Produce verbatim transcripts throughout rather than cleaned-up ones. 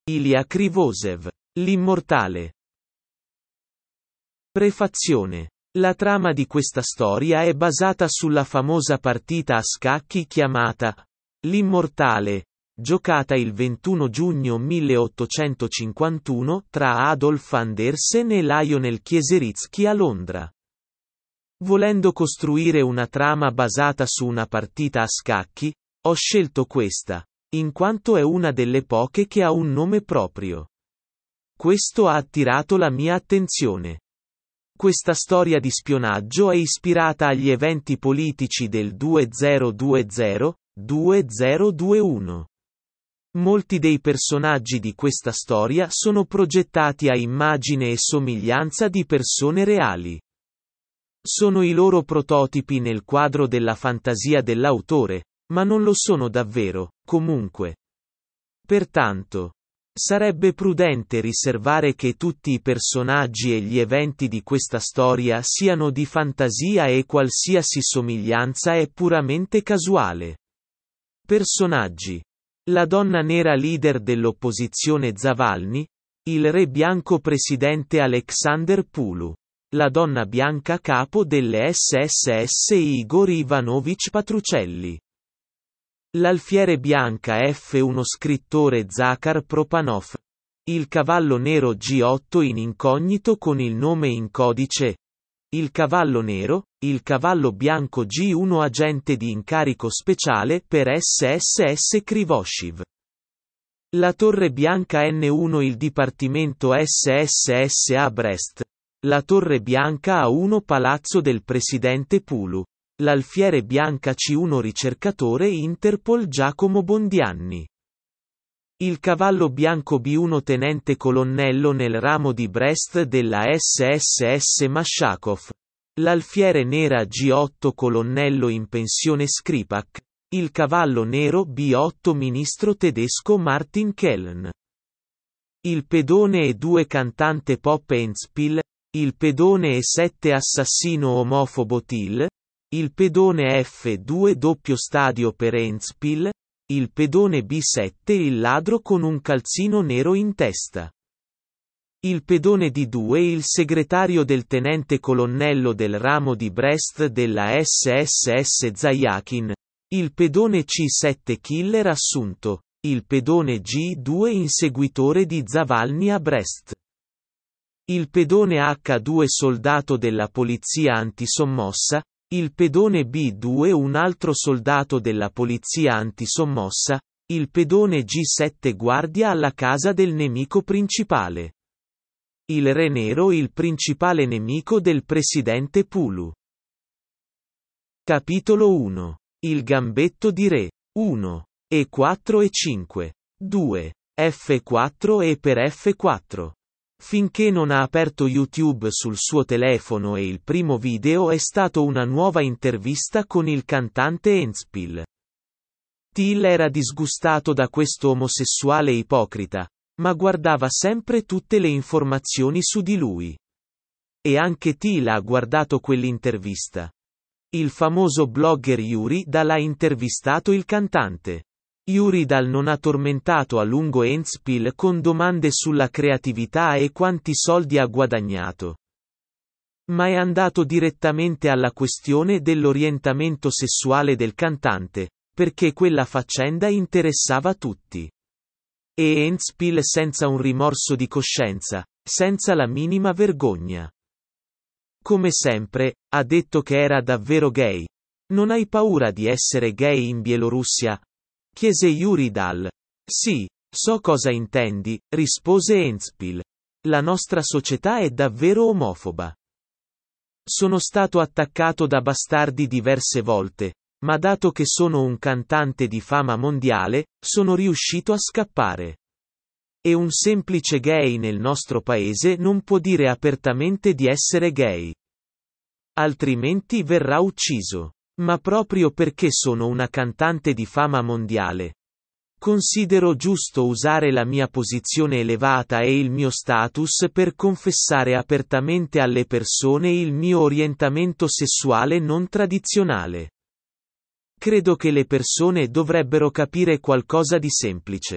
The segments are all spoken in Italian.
Ilya Krivosev. L'immortale. Prefazione. La trama di questa storia è basata sulla famosa partita a scacchi chiamata L'Immortale, giocata il ventuno giugno milleottocentocinquantuno tra Adolf Andersen e Lionel Kieseritzky a Londra. Volendo costruire una trama basata su una partita a scacchi, ho scelto questa, in quanto è una delle poche che ha un nome proprio. Questo ha attirato la mia attenzione. Questa storia di spionaggio è ispirata agli eventi politici del duemilaventi duemilaventuno. Molti dei personaggi di questa storia sono progettati a immagine e somiglianza di persone reali. Sono i loro prototipi nel quadro della fantasia dell'autore, ma non lo sono davvero, comunque. Pertanto, sarebbe prudente riservare che tutti i personaggi e gli eventi di questa storia siano di fantasia e qualsiasi somiglianza è puramente casuale. Personaggi. La donna nera leader dell'opposizione Zavalny, il re bianco presidente Alexander Pulu, la donna bianca capo delle S S S Igor Ivanovich Patrucelli. L'alfiere bianca F uno scrittore Zakhar Propanov. Il cavallo nero G otto in incognito con il nome in codice. Il cavallo nero, il cavallo bianco G uno agente di incarico speciale per S S S Krivoshiv. La torre bianca N uno il dipartimento S S S a Brest. La torre bianca A uno palazzo del presidente Pulu. L'alfiere bianca C uno ricercatore Interpol Giacomo Bondianni. Il cavallo bianco B uno tenente colonnello nel ramo di Brest della S S S Mashakov. L'alfiere nera G otto colonnello in pensione Skripal. Il cavallo nero B otto ministro tedesco Martin Kellen. Il pedone E due cantante pop Endspiel. Il pedone E sette assassino omofobo Till. Il pedone F due doppio stadio per Endspiel. Il pedone B sette il ladro con un calzino nero in testa. Il pedone D due il segretario del tenente colonnello del ramo di Brest della S S S Zayakin. Il pedone C sette killer assunto. Il pedone G due inseguitore di Zavalny a Brest. Il pedone H due soldato della polizia antisommossa. Il pedone B due un altro soldato della polizia antisommossa, il pedone G sette guardia alla casa del nemico principale. Il re nero il principale nemico del presidente Pulu. Capitolo uno. Il gambetto di re. uno. E quattro e cinque. due. F quattro e per F quattro. Finché non ha aperto YouTube sul suo telefono e il primo video è stato una nuova intervista con il cantante Endspiel. Till era disgustato da questo omosessuale ipocrita, ma guardava sempre tutte le informazioni su di lui. E anche Till ha guardato quell'intervista. Il famoso blogger Yuri Dal ha intervistato il cantante. Yuri Dal non ha tormentato a lungo Endspiel con domande sulla creatività e quanti soldi ha guadagnato. Ma è andato direttamente alla questione dell'orientamento sessuale del cantante, perché quella faccenda interessava tutti. E Endspiel senza un rimorso di coscienza, senza la minima vergogna. Come sempre, ha detto che era davvero gay. Non hai paura di essere gay in Bielorussia? Chiese Yuri Dal. Sì, so cosa intendi, rispose Endspiel. La nostra società è davvero omofoba. Sono stato attaccato da bastardi diverse volte, ma dato che sono un cantante di fama mondiale, sono riuscito a scappare. E un semplice gay nel nostro paese non può dire apertamente di essere gay. Altrimenti verrà ucciso. Ma proprio perché sono una cantante di fama mondiale. Considero giusto usare la mia posizione elevata e il mio status per confessare apertamente alle persone il mio orientamento sessuale non tradizionale. Credo che le persone dovrebbero capire qualcosa di semplice.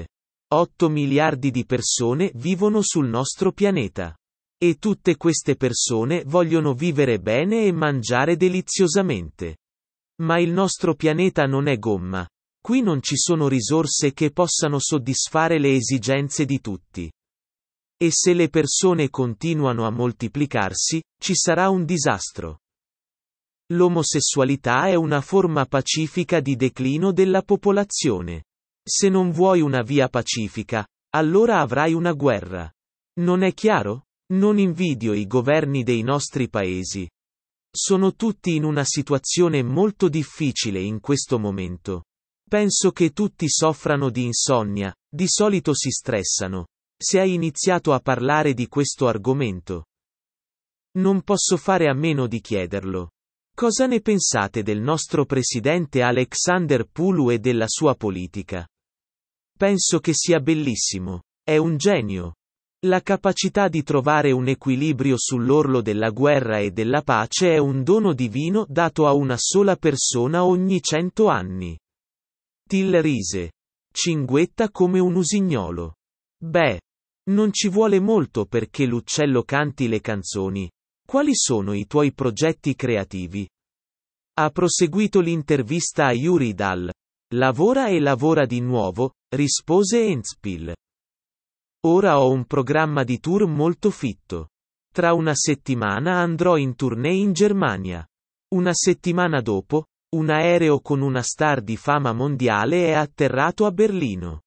otto miliardi di persone vivono sul nostro pianeta. E tutte queste persone vogliono vivere bene e mangiare deliziosamente. Ma il nostro pianeta non è gomma. Qui non ci sono risorse che possano soddisfare le esigenze di tutti. E se le persone continuano a moltiplicarsi, ci sarà un disastro. L'omosessualità è una forma pacifica di declino della popolazione. Se non vuoi una via pacifica, allora avrai una guerra. Non è chiaro? Non invidio i governi dei nostri paesi. Sono tutti in una situazione molto difficile in questo momento. Penso che tutti soffrano di insonnia, di solito si stressano. Se hai iniziato a parlare di questo argomento, non posso fare a meno di chiederlo. Cosa ne pensate del nostro presidente Alexander Pulu e della sua politica? Penso che sia bellissimo. È un genio. La capacità di trovare un equilibrio sull'orlo della guerra e della pace è un dono divino dato a una sola persona ogni cento anni. Till rise. Cinguetta come un usignolo. Beh, non ci vuole molto perché l'uccello canti le canzoni. Quali sono i tuoi progetti creativi? Ha proseguito l'intervista a Yuri Dal. Lavora e lavora di nuovo, rispose Endspiel. Ora ho un programma di tour molto fitto. Tra una settimana andrò in tournée in Germania. Una settimana dopo, un aereo con una star di fama mondiale è atterrato a Berlino.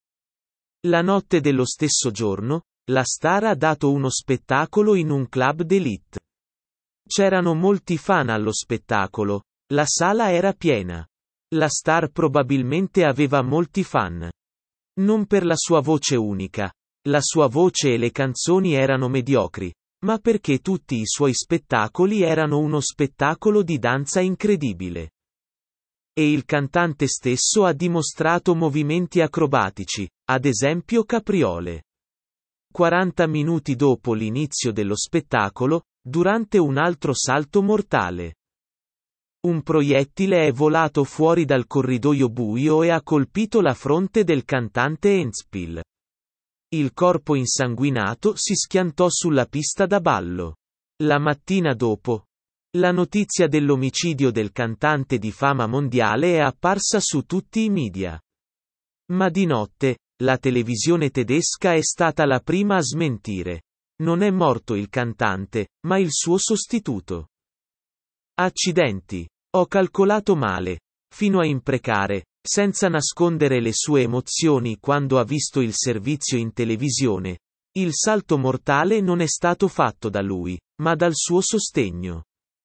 La notte dello stesso giorno, la star ha dato uno spettacolo in un club d'élite. C'erano molti fan allo spettacolo, la sala era piena. La star probabilmente aveva molti fan. Non per la sua voce unica, la sua voce e le canzoni erano mediocri, ma perché tutti i suoi spettacoli erano uno spettacolo di danza incredibile. E il cantante stesso ha dimostrato movimenti acrobatici, ad esempio capriole. quaranta minuti dopo l'inizio dello spettacolo, durante un altro salto mortale. Un proiettile è volato fuori dal corridoio buio e ha colpito la fronte del cantante Endspiel. Il corpo insanguinato si schiantò sulla pista da ballo. La mattina dopo, la notizia dell'omicidio del cantante di fama mondiale è apparsa su tutti i media. Ma di notte, la televisione tedesca è stata la prima a smentire. Non è morto il cantante, ma il suo sostituto. Accidenti. Ho calcolato male. Fino a imprecare, senza nascondere le sue emozioni quando ha visto il servizio in televisione. Il salto mortale non è stato fatto da lui, ma dal suo sostegno.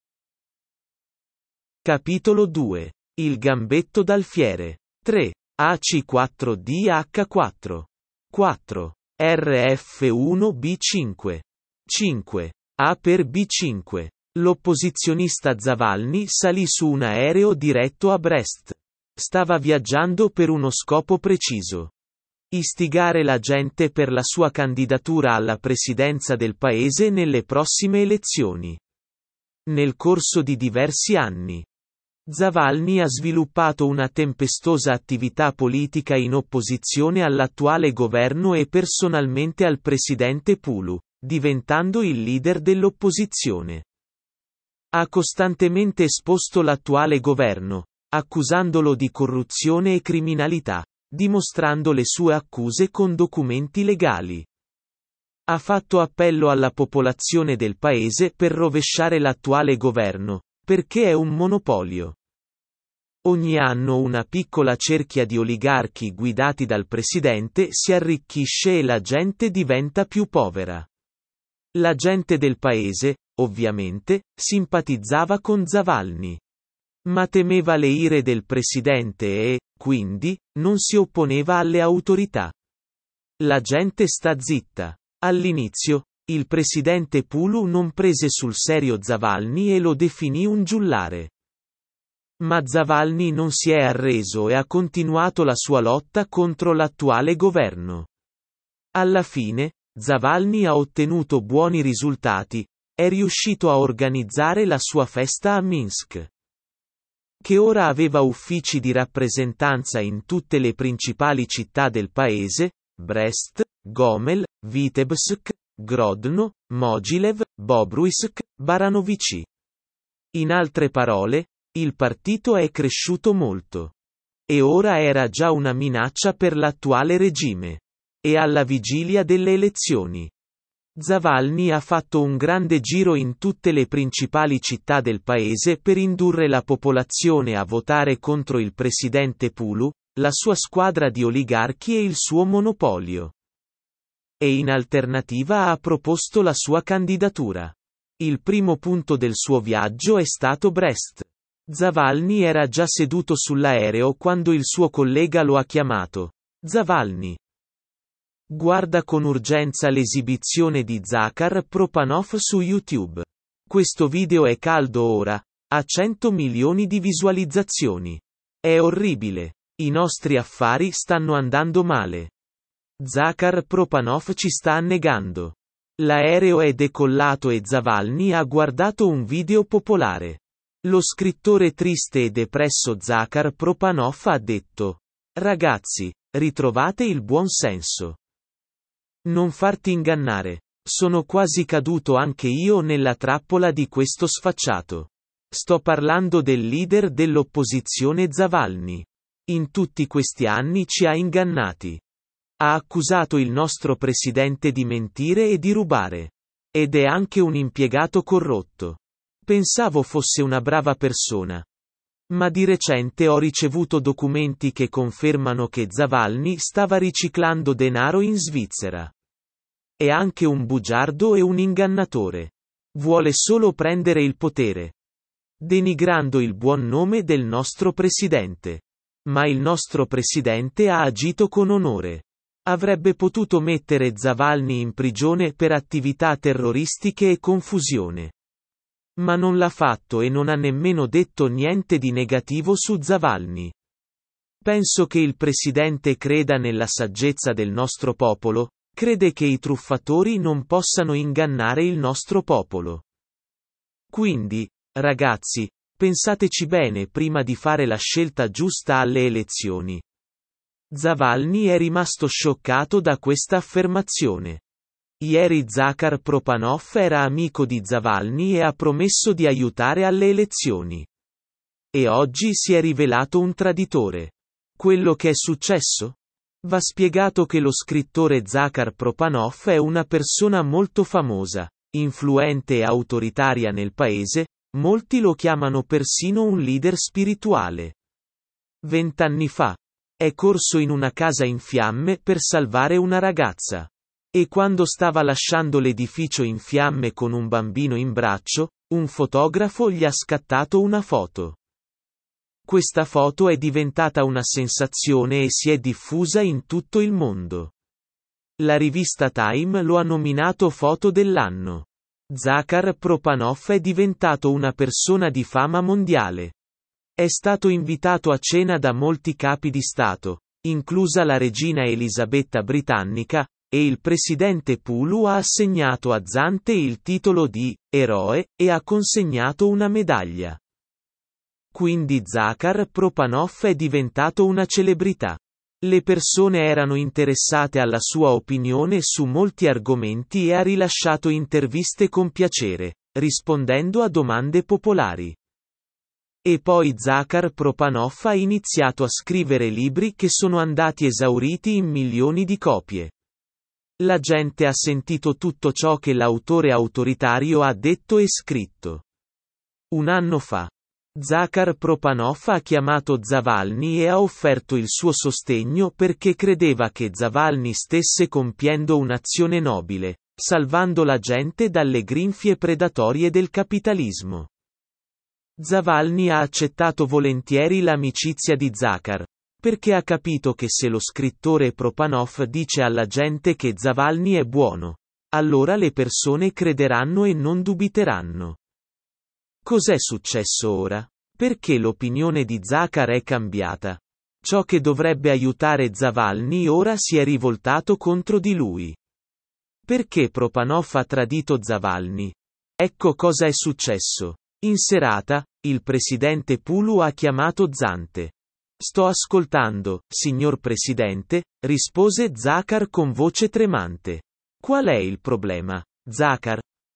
Capitolo due. Il gambetto d'alfiere. tre. A C quattro D H quattro. quattro. R F uno B cinque. cinque. A per B cinque. L'opposizionista Zavalny salì su un aereo diretto a Brest. Stava viaggiando per uno scopo preciso. Istigare la gente per la sua candidatura alla presidenza del paese nelle prossime elezioni. Nel corso di diversi anni, Zavalny ha sviluppato una tempestosa attività politica in opposizione all'attuale governo e personalmente al presidente Pulu, diventando il leader dell'opposizione. Ha costantemente esposto l'attuale governo, accusandolo di corruzione e criminalità, dimostrando le sue accuse con documenti legali. Ha fatto appello alla popolazione del paese per rovesciare l'attuale governo, perché è un monopolio. Ogni anno una piccola cerchia di oligarchi guidati dal presidente si arricchisce e la gente diventa più povera. La gente del paese, ovviamente, simpatizzava con Zavalny. Ma temeva le ire del presidente e, quindi, non si opponeva alle autorità. La gente sta zitta. All'inizio, il presidente Pulu non prese sul serio Zavalny e lo definì un giullare. Ma Zavalny non si è arreso e ha continuato la sua lotta contro l'attuale governo. Alla fine, Zavalny ha ottenuto buoni risultati, è riuscito a organizzare la sua festa a Minsk, che ora aveva uffici di rappresentanza in tutte le principali città del paese, Brest, Gomel, Vitebsk, Grodno, Mogilev, Bobruisk, Baranovici. In altre parole, il partito è cresciuto molto. E ora era già una minaccia per l'attuale regime. E alla vigilia delle elezioni. Zavalny ha fatto un grande giro in tutte le principali città del paese per indurre la popolazione a votare contro il presidente Pulu, la sua squadra di oligarchi e il suo monopolio. E in alternativa ha proposto la sua candidatura. Il primo punto del suo viaggio è stato Brest. Zavalny era già seduto sull'aereo quando il suo collega lo ha chiamato. Zavalny. Guarda con urgenza l'esibizione di Zakhar Propanov su YouTube. Questo video è caldo ora, ha cento milioni di visualizzazioni. È orribile. I nostri affari stanno andando male. Zakhar Propanov ci sta annegando. L'aereo è decollato e Zavalny ha guardato un video popolare. Lo scrittore triste e depresso Zakhar Propanov ha detto: "Ragazzi, ritrovate il buon senso. Non farti ingannare. Sono quasi caduto anche io nella trappola di questo sfacciato. Sto parlando del leader dell'opposizione Zavalny. In tutti questi anni ci ha ingannati. Ha accusato il nostro presidente di mentire e di rubare. Ed è anche un impiegato corrotto. Pensavo fosse una brava persona. Ma di recente ho ricevuto documenti che confermano che Zavalny stava riciclando denaro in Svizzera. È anche un bugiardo e un ingannatore. Vuole solo prendere il potere, denigrando il buon nome del nostro presidente. Ma il nostro presidente ha agito con onore. Avrebbe potuto mettere Zavalny in prigione per attività terroristiche e confusione. Ma non l'ha fatto e non ha nemmeno detto niente di negativo su Zavalny. Penso che il presidente creda nella saggezza del nostro popolo, crede che i truffatori non possano ingannare il nostro popolo. Quindi, ragazzi, pensateci bene prima di fare la scelta giusta alle elezioni. Zavalny è rimasto scioccato da questa affermazione. Ieri Zakhar Propanov era amico di Zavalny e ha promesso di aiutare alle elezioni. E oggi si è rivelato un traditore. Quello che è successo? Va spiegato che lo scrittore Zakhar Propanov è una persona molto famosa, influente e autoritaria nel paese, molti lo chiamano persino un leader spirituale. Vent'anni fa, è corso in una casa in fiamme per salvare una ragazza. E quando stava lasciando l'edificio in fiamme con un bambino in braccio, un fotografo gli ha scattato una foto. Questa foto è diventata una sensazione e si è diffusa in tutto il mondo. La rivista Time lo ha nominato foto dell'anno. Zakhar Propanov è diventato una persona di fama mondiale. È stato invitato a cena da molti capi di Stato, inclusa la regina Elisabetta britannica, e il presidente Pulu ha assegnato a Zante il titolo di eroe e ha consegnato una medaglia. Quindi Zakhar Propanov è diventato una celebrità. Le persone erano interessate alla sua opinione su molti argomenti e ha rilasciato interviste con piacere, rispondendo a domande popolari. E poi Zakhar Propanov ha iniziato a scrivere libri che sono andati esauriti in milioni di copie. La gente ha sentito tutto ciò che l'autore autoritario ha detto e scritto. Un anno fa, Zakhar Propanov ha chiamato Zavalny e ha offerto il suo sostegno perché credeva che Zavalny stesse compiendo un'azione nobile, salvando la gente dalle grinfie predatorie del capitalismo. Zavalny ha accettato volentieri l'amicizia di Zakhar, perché ha capito che se lo scrittore Propanov dice alla gente che Zavalny è buono, allora le persone crederanno e non dubiteranno. Cos'è successo ora? Perché l'opinione di Zakhar è cambiata? Ciò che dovrebbe aiutare Zavalny ora si è rivoltato contro di lui. Perché Propanov ha tradito Zavalny? Ecco cosa è successo. In serata, il presidente Pulu ha chiamato Zante. Sto ascoltando, signor Presidente, rispose Zakhar con voce tremante. Qual è il problema, Zakhar?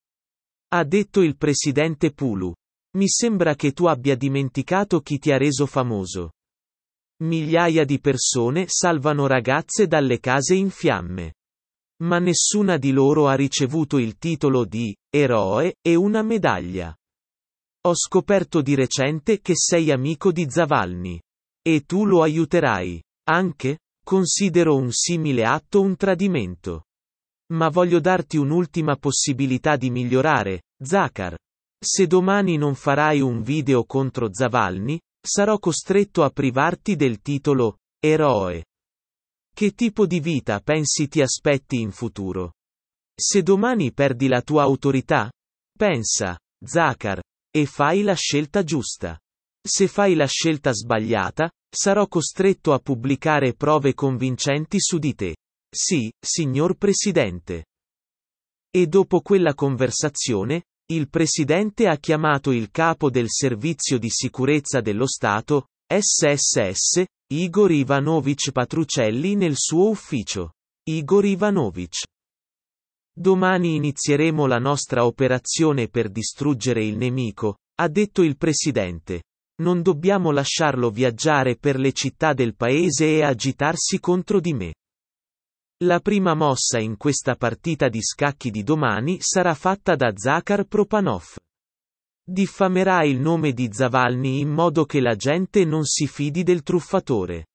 Ha detto il presidente Pulu. Mi sembra che tu abbia dimenticato chi ti ha reso famoso. Migliaia di persone salvano ragazze dalle case in fiamme. Ma nessuna di loro ha ricevuto il titolo di eroe e una medaglia. Ho scoperto di recente che sei amico di Zavalny. E tu lo aiuterai. Anche? Considero un simile atto un tradimento. Ma voglio darti un'ultima possibilità di migliorare, Zakhar. Se domani non farai un video contro Zavalny, sarò costretto a privarti del titolo eroe. Che tipo di vita pensi ti aspetti in futuro? Se domani perdi la tua autorità? Pensa, Zakhar, e fai la scelta giusta. Se fai la scelta sbagliata, sarò costretto a pubblicare prove convincenti su di te. Sì, signor Presidente. E dopo quella conversazione, il Presidente ha chiamato il capo del Servizio di Sicurezza dello Stato, S S S, Igor Ivanovich Patruccelli nel suo ufficio. Igor Ivanovich. Domani inizieremo la nostra operazione per distruggere il nemico, ha detto il Presidente. Non dobbiamo lasciarlo viaggiare per le città del paese e agitarsi contro di me. La prima mossa in questa partita di scacchi di domani sarà fatta da Zakhar Propanov. Diffamerà il nome di Zavalny in modo che la gente non si fidi del truffatore.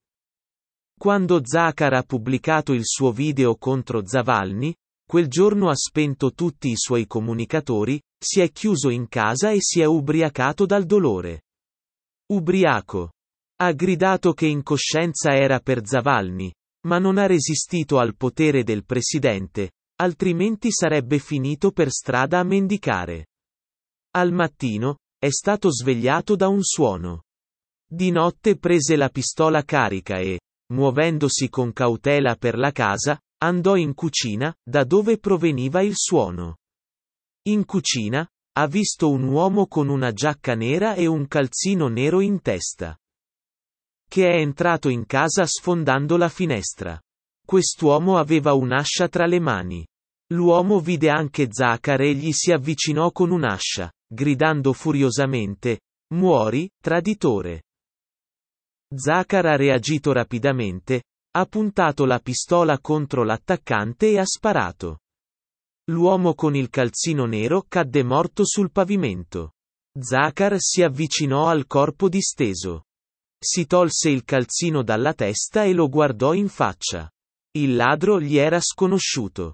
Quando Zakhar ha pubblicato il suo video contro Zavalny, quel giorno ha spento tutti i suoi comunicatori, si è chiuso in casa e si è ubriacato dal dolore. Ubriaco. Ha gridato che in coscienza era per Zavalny, ma non ha resistito al potere del presidente, altrimenti sarebbe finito per strada a mendicare. Al mattino, è stato svegliato da un suono. Di notte prese la pistola carica e, muovendosi con cautela per la casa, andò in cucina, da dove proveniva il suono. In cucina, ha visto un uomo con una giacca nera e un calzino nero in testa, che è entrato in casa sfondando la finestra. Quest'uomo aveva un'ascia tra le mani. L'uomo vide anche Zakhar e gli si avvicinò con un'ascia, gridando furiosamente: "Muori, traditore!" Zakhar ha reagito rapidamente, ha puntato la pistola contro l'attaccante e ha sparato. L'uomo con il calzino nero cadde morto sul pavimento. Zakhar si avvicinò al corpo disteso. Si tolse il calzino dalla testa e lo guardò in faccia. Il ladro gli era sconosciuto.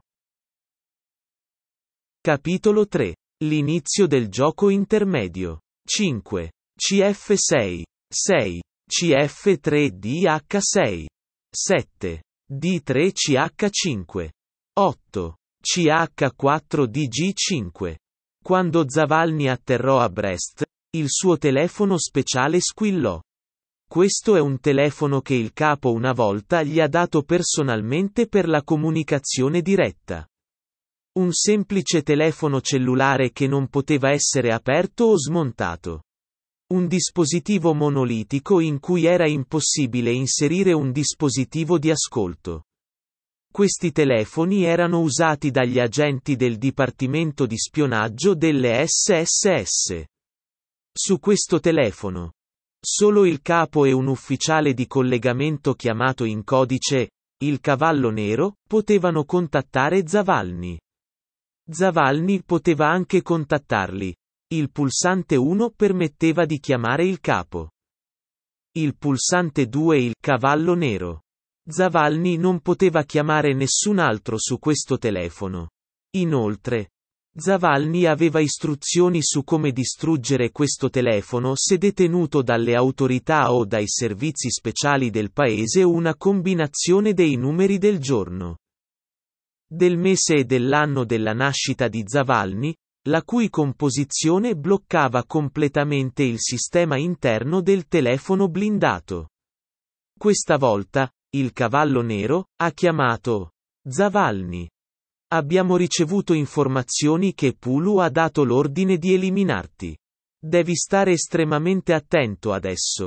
Capitolo tre. L'inizio del gioco intermedio. cinque. C F sei. sei. C F tre D H sei. sette. D tre C H cinque. otto. C H quattro D G cinque. Quando Zavalny atterrò a Brest, il suo telefono speciale squillò. Questo è un telefono che il capo una volta gli ha dato personalmente per la comunicazione diretta. Un semplice telefono cellulare che non poteva essere aperto o smontato. Un dispositivo monolitico in cui era impossibile inserire un dispositivo di ascolto. Questi telefoni erano usati dagli agenti del Dipartimento di Spionaggio delle S S S. Su questo telefono, solo il capo e un ufficiale di collegamento chiamato in codice, il cavallo nero, potevano contattare Zavalny. Zavalny poteva anche contattarli. Il pulsante uno permetteva di chiamare il capo. Il pulsante due il cavallo nero. Zavalny non poteva chiamare nessun altro su questo telefono. Inoltre, Zavalny aveva istruzioni su come distruggere questo telefono se detenuto dalle autorità o dai servizi speciali del paese una combinazione dei numeri del giorno, del mese e dell'anno della nascita di Zavalny, la cui composizione bloccava completamente il sistema interno del telefono blindato. Questa volta, il cavallo nero ha chiamato Zavalny. Abbiamo ricevuto informazioni che Pulu ha dato l'ordine di eliminarti. Devi stare estremamente attento adesso.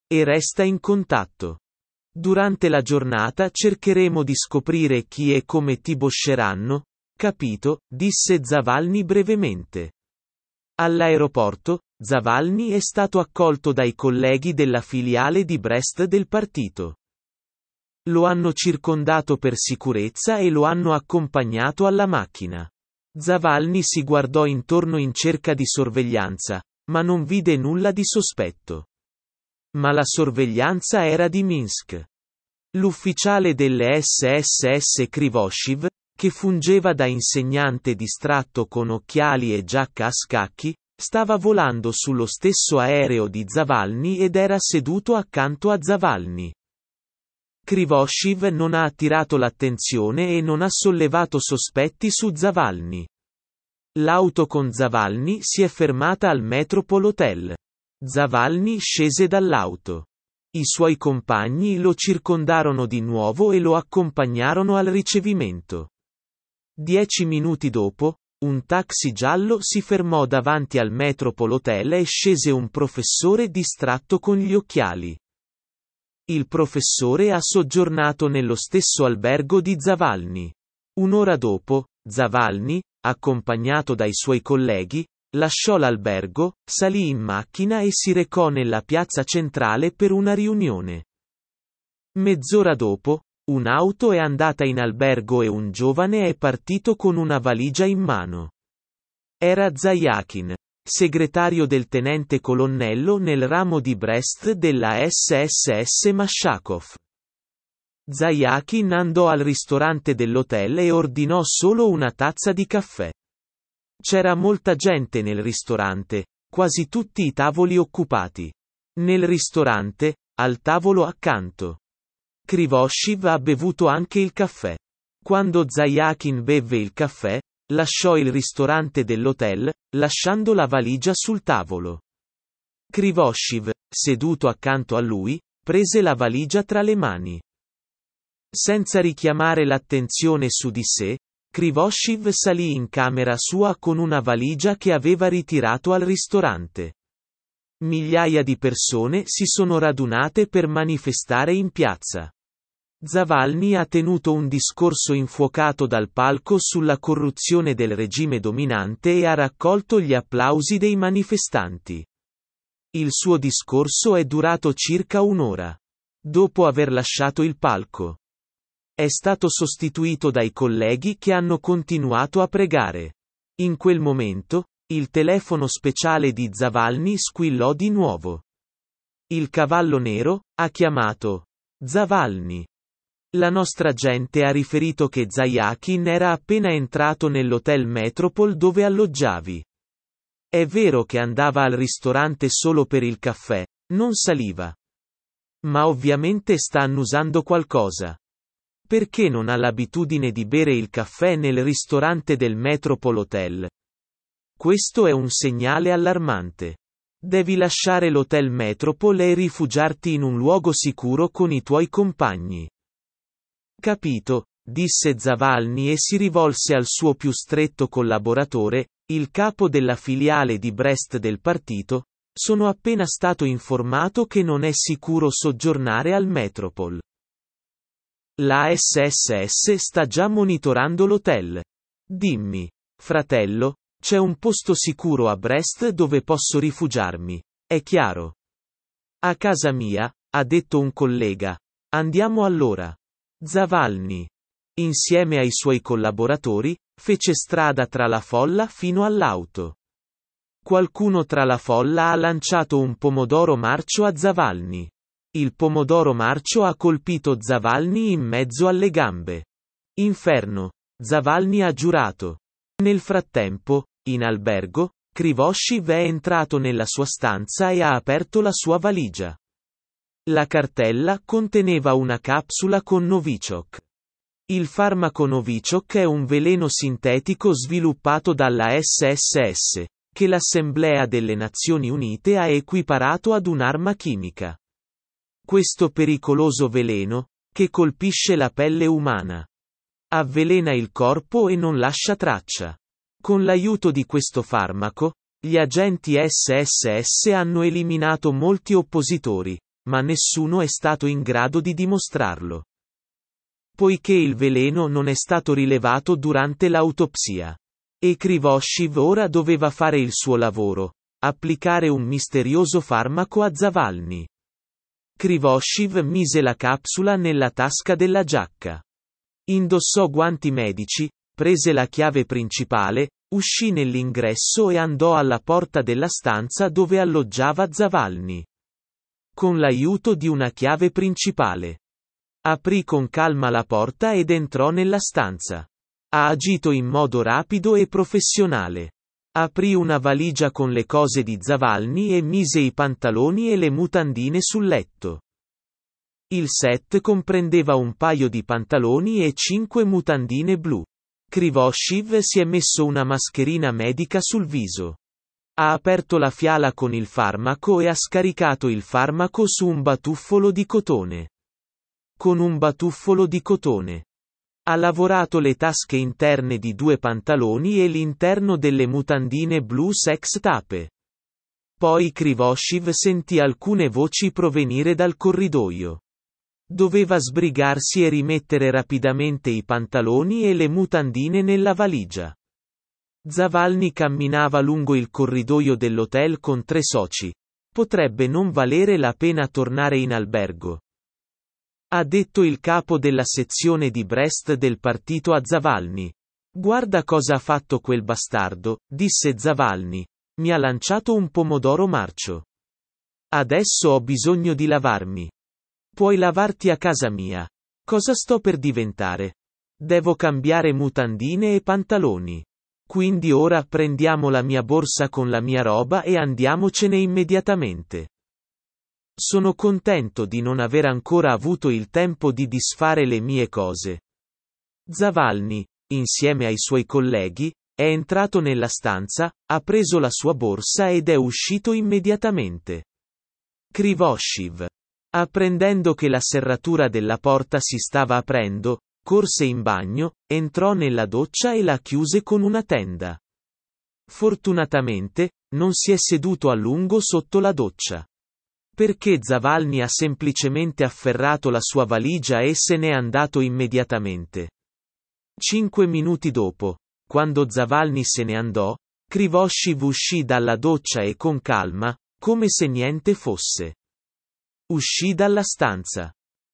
E resta in contatto. Durante la giornata cercheremo di scoprire chi e come ti bosceranno, capito? Disse Zavalny brevemente. All'aeroporto, Zavalny è stato accolto dai colleghi della filiale di Brest del partito. Lo hanno circondato per sicurezza e lo hanno accompagnato alla macchina. Zavalny si guardò intorno in cerca di sorveglianza, ma non vide nulla di sospetto. Ma la sorveglianza era di Minsk. L'ufficiale delle S S S Krivoshev, che fungeva da insegnante distratto con occhiali e giacca a scacchi, stava volando sullo stesso aereo di Zavalny ed era seduto accanto a Zavalny. Krivoshev non ha attirato l'attenzione e non ha sollevato sospetti su Zavalny. L'auto con Zavalny si è fermata al Metropole Hotel. Zavalny scese dall'auto. I suoi compagni lo circondarono di nuovo e lo accompagnarono al ricevimento. Dieci minuti dopo, un taxi giallo si fermò davanti al Metropole Hotel e scese un professore distratto con gli occhiali. Il professore ha soggiornato nello stesso albergo di Zavalny. Un'ora dopo, Zavalny, accompagnato dai suoi colleghi, lasciò l'albergo, salì in macchina e si recò nella piazza centrale per una riunione. Mezz'ora dopo, un'auto è andata in albergo e un giovane è partito con una valigia in mano. Era Zayakin, segretario del tenente colonnello nel ramo di Brest della S S S Mashakov. Zayakin andò al ristorante dell'hotel e ordinò solo una tazza di caffè. C'era molta gente nel ristorante, quasi tutti i tavoli occupati. Nel ristorante, al tavolo accanto. Krivoshev ha bevuto anche il caffè. Quando Zayakin bevve il caffè, lasciò il ristorante dell'hotel, lasciando la valigia sul tavolo. Krivoshev, seduto accanto a lui, prese la valigia tra le mani. Senza richiamare l'attenzione su di sé, Krivoshev salì in camera sua con una valigia che aveva ritirato al ristorante. Migliaia di persone si sono radunate per manifestare in piazza. Zavalny ha tenuto un discorso infuocato dal palco sulla corruzione del regime dominante e ha raccolto gli applausi dei manifestanti. Il suo discorso è durato circa un'ora. Dopo aver lasciato il palco, è stato sostituito dai colleghi che hanno continuato a pregare. In quel momento, il telefono speciale di Zavalny squillò di nuovo. Il cavallo nero ha chiamato Zavalny. La nostra gente ha riferito che Zayakin era appena entrato nell'hotel Metropole dove alloggiavi. È vero che andava al ristorante solo per il caffè, non saliva. Ma ovviamente sta annusando qualcosa. Perché non ha l'abitudine di bere il caffè nel ristorante del Metropole Hotel? Questo è un segnale allarmante. Devi lasciare l'hotel Metropole e rifugiarti in un luogo sicuro con i tuoi compagni. Capito, disse Zavalny e si rivolse al suo più stretto collaboratore, il capo della filiale di Brest del partito. Sono appena stato informato che non è sicuro soggiornare al Metropole. La S S S sta già monitorando l'hotel. Dimmi, fratello, c'è un posto sicuro a Brest dove posso rifugiarmi, è chiaro? A casa mia, ha detto un collega. Andiamo allora. Zavalny, insieme ai suoi collaboratori, fece strada tra la folla fino all'auto. Qualcuno tra la folla ha lanciato un pomodoro marcio a Zavalny. Il pomodoro marcio ha colpito Zavalny in mezzo alle gambe. Inferno, Zavalny ha giurato. Nel frattempo, in albergo, Krivoshev è entrato nella sua stanza e ha aperto la sua valigia. La cartella conteneva una capsula con Novichok. Il farmaco Novichok è un veleno sintetico sviluppato dalla S S S, che l'Assemblea delle Nazioni Unite ha equiparato ad un'arma chimica. Questo pericoloso veleno, che colpisce la pelle umana, avvelena il corpo e non lascia traccia. Con l'aiuto di questo farmaco, gli agenti S S S hanno eliminato molti oppositori, ma nessuno è stato in grado di dimostrarlo. Poiché il veleno non è stato rilevato durante l'autopsia. E Krivoshev ora doveva fare il suo lavoro, applicare un misterioso farmaco a Zavalny. Krivoshev mise la capsula nella tasca della giacca. Indossò guanti medici, prese la chiave principale, uscì nell'ingresso e andò alla porta della stanza dove alloggiava Zavalny. Con l'aiuto di una chiave principale. Aprì con calma la porta ed entrò nella stanza. Ha agito in modo rapido e professionale. Aprì una valigia con le cose di Zavalny e mise i pantaloni e le mutandine sul letto. Il set comprendeva un paio di pantaloni e cinque mutandine blu. Krivoshev si è messo una mascherina medica sul viso. Ha aperto la fiala con il farmaco e ha scaricato il farmaco su un batuffolo di cotone. Con un batuffolo di cotone. Ha lavorato le tasche interne di due pantaloni e l'interno delle mutandine blu sex tape. Poi Krivoshev sentì alcune voci provenire dal corridoio. Doveva sbrigarsi e rimettere rapidamente i pantaloni e le mutandine nella valigia. Zavalny camminava lungo il corridoio dell'hotel con tre soci. Potrebbe non valere la pena tornare in albergo. Ha detto il capo della sezione di Brest del partito a Zavalny. Guarda cosa ha fatto quel bastardo, disse Zavalny. Mi ha lanciato un pomodoro marcio. Adesso ho bisogno di lavarmi. Puoi lavarti a casa mia. Cosa sto per diventare? Devo cambiare mutandine e pantaloni. Quindi ora prendiamo la mia borsa con la mia roba e andiamocene immediatamente. Sono contento di non aver ancora avuto il tempo di disfare le mie cose. Zavalny, insieme ai suoi colleghi, è entrato nella stanza, ha preso la sua borsa ed è uscito immediatamente. Krivoshev, apprendendo che la serratura della porta si stava aprendo, corse in bagno, entrò nella doccia e la chiuse con una tenda. Fortunatamente, non si è seduto a lungo sotto la doccia. Perché Zavalny ha semplicemente afferrato la sua valigia e se n'è andato immediatamente. Cinque minuti dopo, quando Zavalny se ne andò, Krivoshev uscì dalla doccia e con calma, come se niente fosse. Uscì dalla stanza.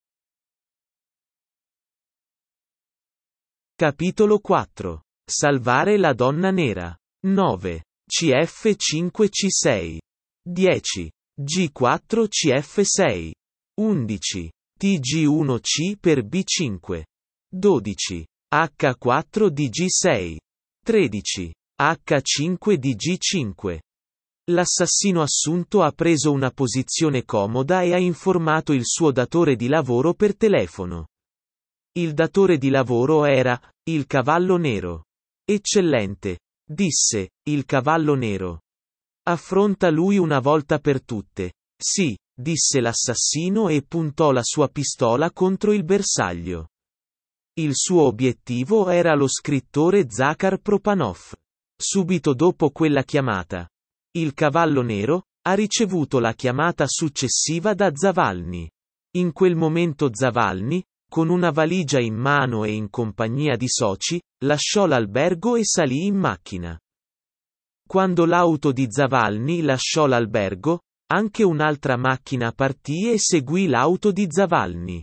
Capitolo quattro. Salvare la donna nera. nove. C F cinque C sei. dieci. G quattro C F sei. undici. T G uno C per B cinque. dodici. H quattro D G sei. tredici. H cinque D G cinque. L'assassino assunto ha preso una posizione comoda e ha informato il suo datore di lavoro per telefono. Il datore di lavoro era il cavallo nero. Eccellente, disse il cavallo nero. Affronta lui una volta per tutte. Sì, disse l'assassino e puntò la sua pistola contro il bersaglio. Il suo obiettivo era lo scrittore Zakhar Propanov. Subito dopo quella chiamata, il cavallo nero ha ricevuto la chiamata successiva da Zavalny. In quel momento Zavalny, con una valigia in mano e in compagnia di soci, lasciò l'albergo e salì in macchina. Quando l'auto di Zavalny lasciò l'albergo, anche un'altra macchina partì e seguì l'auto di Zavalny.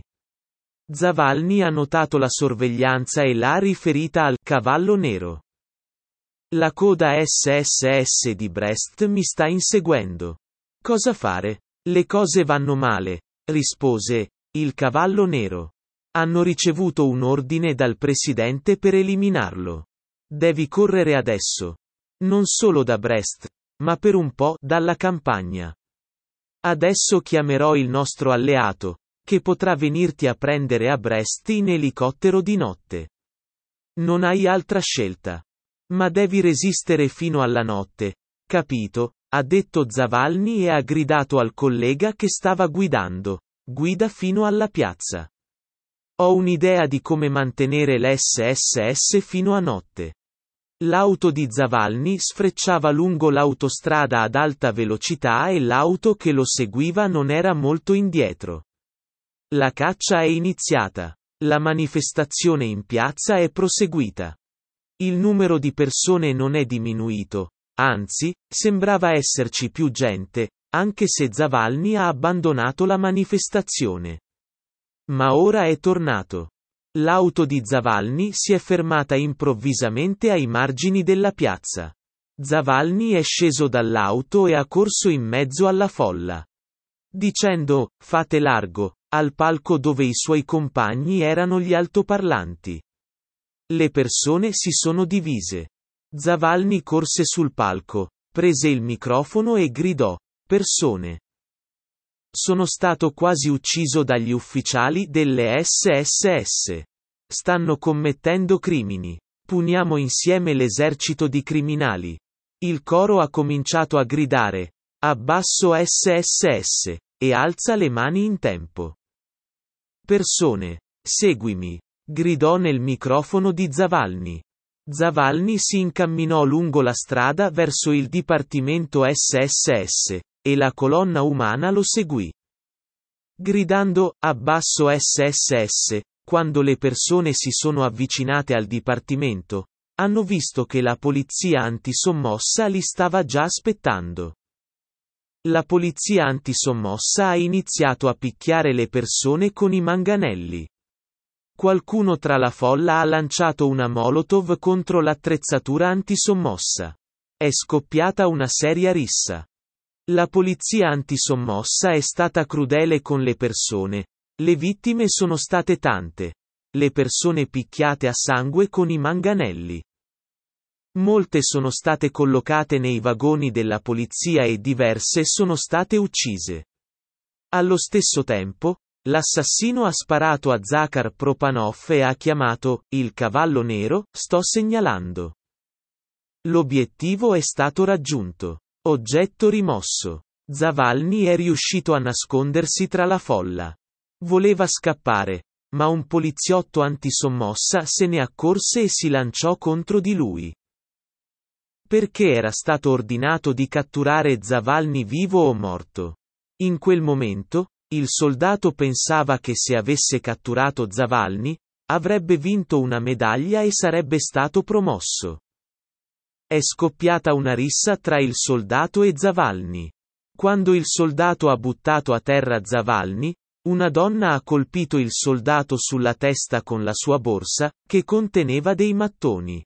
Zavalny ha notato la sorveglianza e l'ha riferita al cavallo nero. La coda S S S di Brest mi sta inseguendo. Cosa fare? Le cose vanno male, rispose il cavallo nero. Hanno ricevuto un ordine dal presidente per eliminarlo. Devi correre adesso. Non solo da Brest, ma per un po' dalla campagna. Adesso chiamerò il nostro alleato, che potrà venirti a prendere a Brest in elicottero di notte. Non hai altra scelta. Ma devi resistere fino alla notte, capito? Ha detto Zavalny e ha gridato al collega che stava guidando. Guida fino alla piazza. Ho un'idea di come mantenere l'S S S fino a notte. L'auto di Zavalny sfrecciava lungo l'autostrada ad alta velocità e l'auto che lo seguiva non era molto indietro. La caccia è iniziata. La manifestazione in piazza è proseguita. Il numero di persone non è diminuito, anzi, sembrava esserci più gente, anche se Zavalny ha abbandonato la manifestazione. Ma ora è tornato. L'auto di Zavalny si è fermata improvvisamente ai margini della piazza. Zavalny è sceso dall'auto e ha corso in mezzo alla folla, dicendo, fate largo, al palco dove i suoi compagni erano gli altoparlanti. Le persone si sono divise. Zavalny corse sul palco, prese il microfono e gridò, persone. Sono stato quasi ucciso dagli ufficiali delle S S S. Stanno commettendo crimini. Puniamo insieme l'esercito di criminali. Il coro ha cominciato a gridare, abbasso S S S, e alza le mani in tempo. Persone, seguimi, gridò nel microfono di Zavalny. Zavalny si incamminò lungo la strada verso il dipartimento S S S, e la colonna umana lo seguì. Gridando, abbasso S S S, quando le persone si sono avvicinate al dipartimento, hanno visto che la polizia antisommossa li stava già aspettando. La polizia antisommossa ha iniziato a picchiare le persone con i manganelli. Qualcuno tra la folla ha lanciato una molotov contro l'attrezzatura antisommossa. È scoppiata una seria rissa. La polizia antisommossa è stata crudele con le persone. Le vittime sono state tante. Le persone picchiate a sangue con i manganelli. Molte sono state collocate nei vagoni della polizia e diverse sono state uccise. Allo stesso tempo, l'assassino ha sparato a Zakhar Propanov e ha chiamato, il cavallo nero, sto segnalando. L'obiettivo è stato raggiunto. Oggetto rimosso. Zavalny è riuscito a nascondersi tra la folla. Voleva scappare, ma un poliziotto antisommossa se ne accorse e si lanciò contro di lui. Perché era stato ordinato di catturare Zavalny vivo o morto? In quel momento, il soldato pensava che se avesse catturato Zavalny, avrebbe vinto una medaglia e sarebbe stato promosso. È scoppiata una rissa tra il soldato e Zavalny. Quando il soldato ha buttato a terra Zavalny, una donna ha colpito il soldato sulla testa con la sua borsa, che conteneva dei mattoni.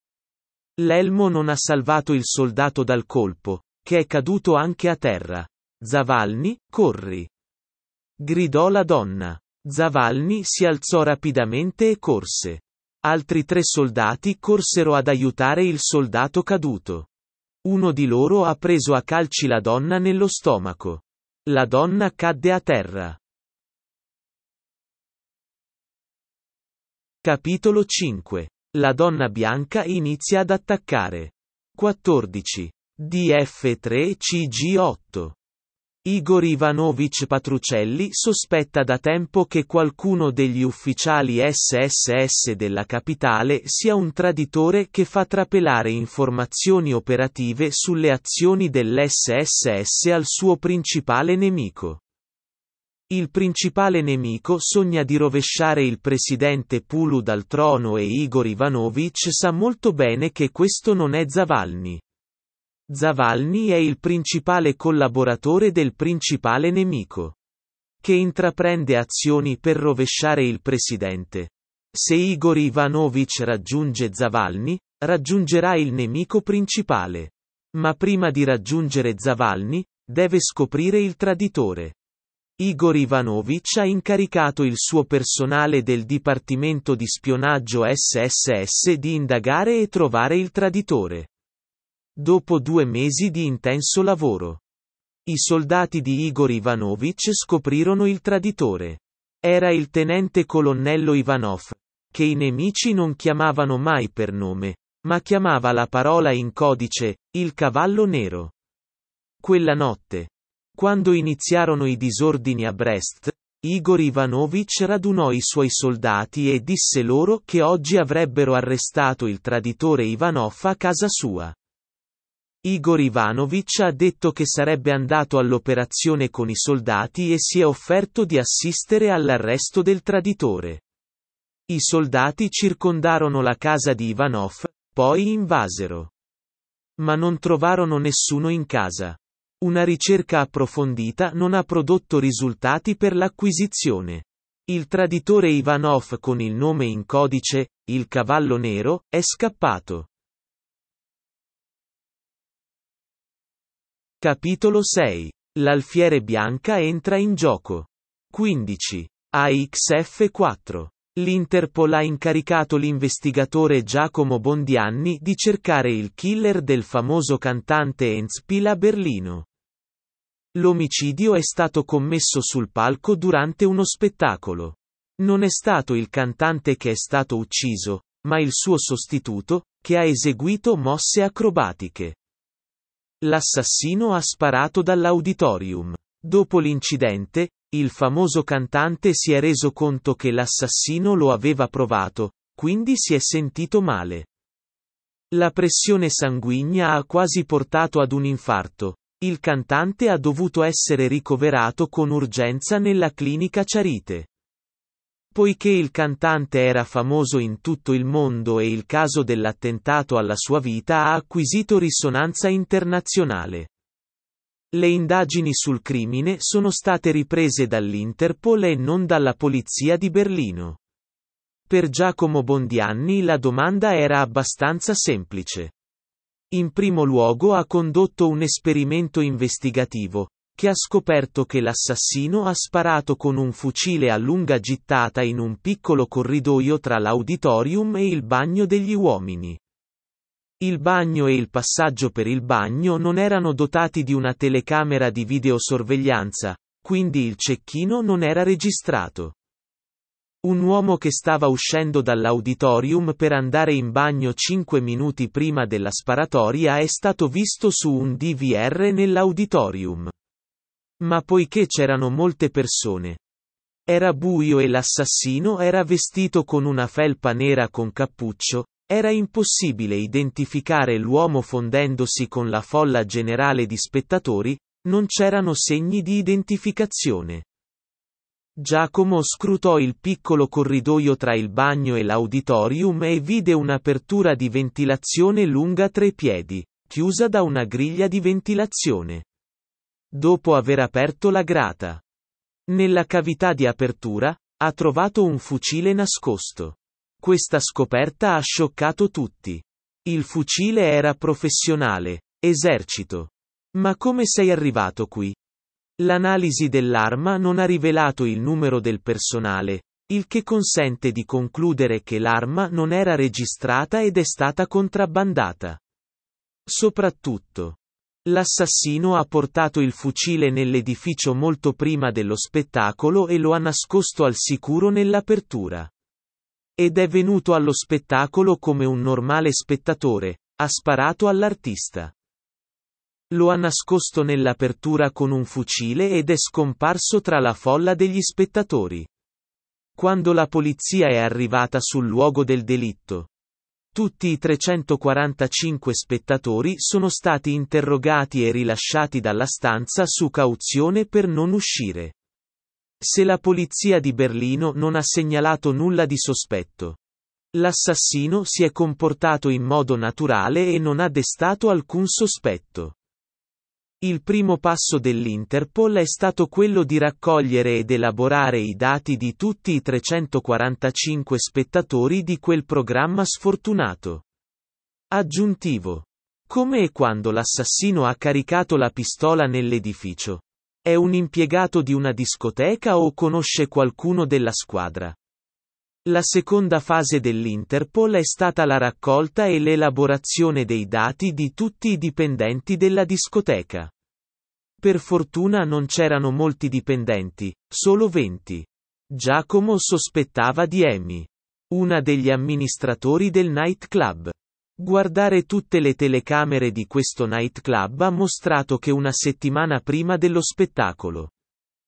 L'elmo non ha salvato il soldato dal colpo, che è caduto anche a terra. Zavalny, corri! Gridò la donna. Zavalny si alzò rapidamente e corse. Altri tre soldati corsero ad aiutare il soldato caduto. Uno di loro ha preso a calci la donna nello stomaco. La donna cadde a terra. Capitolo cinque. La donna bianca inizia ad attaccare. quattordici. D F tre C G otto. Igor Ivanovich Patrucelli sospetta da tempo che qualcuno degli ufficiali S S S della capitale sia un traditore che fa trapelare informazioni operative sulle azioni dell'S S S al suo principale nemico. Il principale nemico sogna di rovesciare il presidente Pulu dal trono e Igor Ivanovich sa molto bene che questo non è Zavalny. Zavalny è il principale collaboratore del principale nemico, che intraprende azioni per rovesciare il presidente. Se Igor Ivanovich raggiunge Zavalny, raggiungerà il nemico principale. Ma prima di raggiungere Zavalny, deve scoprire il traditore. Igor Ivanovich ha incaricato il suo personale del Dipartimento di Spionaggio S S S di indagare e trovare il traditore. Dopo due mesi di intenso lavoro, i soldati di Igor Ivanovich scoprirono il traditore. Era il tenente colonnello Ivanov, che i nemici non chiamavano mai per nome, ma chiamava la parola in codice, il cavallo nero. Quella notte, quando iniziarono i disordini a Brest, Igor Ivanovich radunò i suoi soldati e disse loro che oggi avrebbero arrestato il traditore Ivanov a casa sua. Igor Ivanovich ha detto che sarebbe andato all'operazione con i soldati e si è offerto di assistere all'arresto del traditore. I soldati circondarono la casa di Ivanov, poi invasero. Ma non trovarono nessuno in casa. Una ricerca approfondita non ha prodotto risultati per l'acquisizione. Il traditore Ivanov con il nome in codice, il cavallo nero, è scappato. Capitolo sei. L'alfiere bianca entra in gioco. quindici. A X F quattro. L'Interpol ha incaricato l'investigatore Giacomo Bondianni di cercare il killer del famoso cantante Endspiel a Berlino. L'omicidio è stato commesso sul palco durante uno spettacolo. Non è stato il cantante che è stato ucciso, ma il suo sostituto, che ha eseguito mosse acrobatiche. L'assassino ha sparato dall'auditorium. Dopo l'incidente, il famoso cantante si è reso conto che l'assassino lo aveva provato, quindi si è sentito male. La pressione sanguigna ha quasi portato ad un infarto. Il cantante ha dovuto essere ricoverato con urgenza nella clinica Charité. Poiché il cantante era famoso in tutto il mondo e il caso dell'attentato alla sua vita ha acquisito risonanza internazionale. Le indagini sul crimine sono state riprese dall'Interpol e non dalla polizia di Berlino. Per Giacomo Bondianni la domanda era abbastanza semplice. In primo luogo ha condotto un esperimento investigativo, che ha scoperto che l'assassino ha sparato con un fucile a lunga gittata in un piccolo corridoio tra l'auditorium e il bagno degli uomini. Il bagno e il passaggio per il bagno non erano dotati di una telecamera di videosorveglianza, quindi il cecchino non era registrato. Un uomo che stava uscendo dall'auditorium per andare in bagno cinque minuti prima della sparatoria è stato visto su un D V R nell'auditorium. Ma poiché c'erano molte persone, era buio e l'assassino era vestito con una felpa nera con cappuccio, era impossibile identificare l'uomo fondendosi con la folla generale di spettatori, non c'erano segni di identificazione. Giacomo scrutò il piccolo corridoio tra il bagno e l'auditorium e vide un'apertura di ventilazione lunga tre piedi, chiusa da una griglia di ventilazione. Dopo aver aperto la grata, nella cavità di apertura, ha trovato un fucile nascosto. Questa scoperta ha scioccato tutti. Il fucile era professionale, esercito. Ma come sei arrivato qui? L'analisi dell'arma non ha rivelato il numero del personale, il che consente di concludere che l'arma non era registrata ed è stata contrabbandata. Soprattutto, l'assassino ha portato il fucile nell'edificio molto prima dello spettacolo e lo ha nascosto al sicuro nell'apertura. Ed è venuto allo spettacolo come un normale spettatore, ha sparato all'artista. Lo ha nascosto nell'apertura con un fucile ed è scomparso tra la folla degli spettatori. Quando la polizia è arrivata sul luogo del delitto, tutti i trecentoquarantacinque spettatori sono stati interrogati e rilasciati dalla stanza su cauzione per non uscire. Se la polizia di Berlino non ha segnalato nulla di sospetto, l'assassino si è comportato in modo naturale e non ha destato alcun sospetto. Il primo passo dell'Interpol è stato quello di raccogliere ed elaborare i dati di tutti i trecentoquarantacinque spettatori di quel programma sfortunato. Aggiuntivo. Come e quando l'assassino ha caricato la pistola nell'edificio? È un impiegato di una discoteca o conosce qualcuno della squadra? La seconda fase dell'Interpol è stata la raccolta e l'elaborazione dei dati di tutti i dipendenti della discoteca. Per fortuna non c'erano molti dipendenti, solo venti. Giacomo sospettava di Amy, una degli amministratori del nightclub. Guardare tutte le telecamere di questo nightclub ha mostrato che una settimana prima dello spettacolo,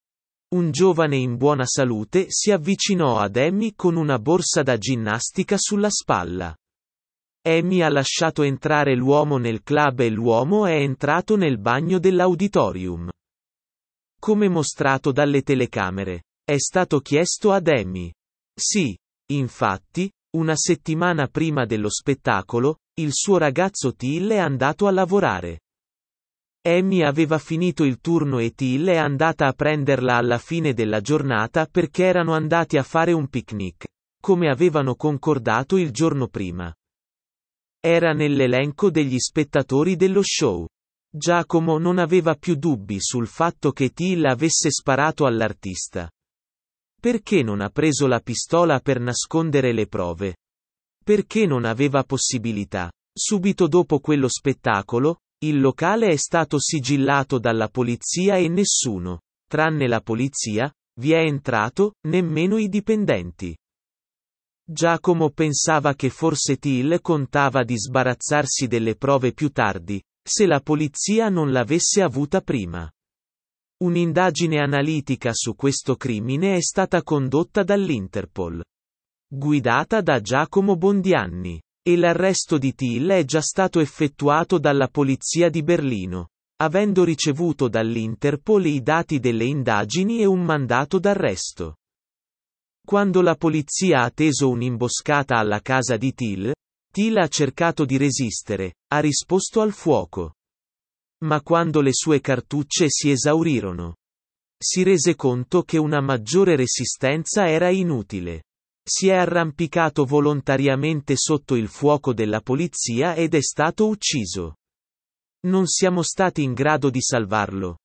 Un giovane in buona salute si avvicinò ad Amy con una borsa da ginnastica sulla spalla. Amy ha lasciato entrare l'uomo nel club e l'uomo è entrato nel bagno dell'auditorium. Come mostrato dalle telecamere. È stato chiesto ad Amy. Sì, infatti, una settimana prima dello spettacolo, il suo ragazzo Till è andato a lavorare. Amy aveva finito il turno e Till è andata a prenderla alla fine della giornata perché erano andati a fare un picnic, come avevano concordato il giorno prima. Era nell'elenco degli spettatori dello show. Giacomo non aveva più dubbi sul fatto che Till avesse sparato all'artista. Perché non ha preso la pistola per nascondere le prove? Perché non aveva possibilità? Subito dopo quello spettacolo, il locale è stato sigillato dalla polizia e nessuno, tranne la polizia, vi è entrato, nemmeno i dipendenti. Giacomo pensava che forse Till contava di sbarazzarsi delle prove più tardi, se la polizia non l'avesse avuta prima. Un'indagine analitica su questo crimine è stata condotta dall'Interpol, guidata da Giacomo Bondianni, e l'arresto di Till è già stato effettuato dalla polizia di Berlino, avendo ricevuto dall'Interpol i dati delle indagini e un mandato d'arresto. Quando la polizia ha teso un'imboscata alla casa di Till, Till ha cercato di resistere, ha risposto al fuoco. Ma quando le sue cartucce si esaurirono, si rese conto che una maggiore resistenza era inutile. Si è arrampicato volontariamente sotto il fuoco della polizia ed è stato ucciso. Non siamo stati in grado di salvarlo.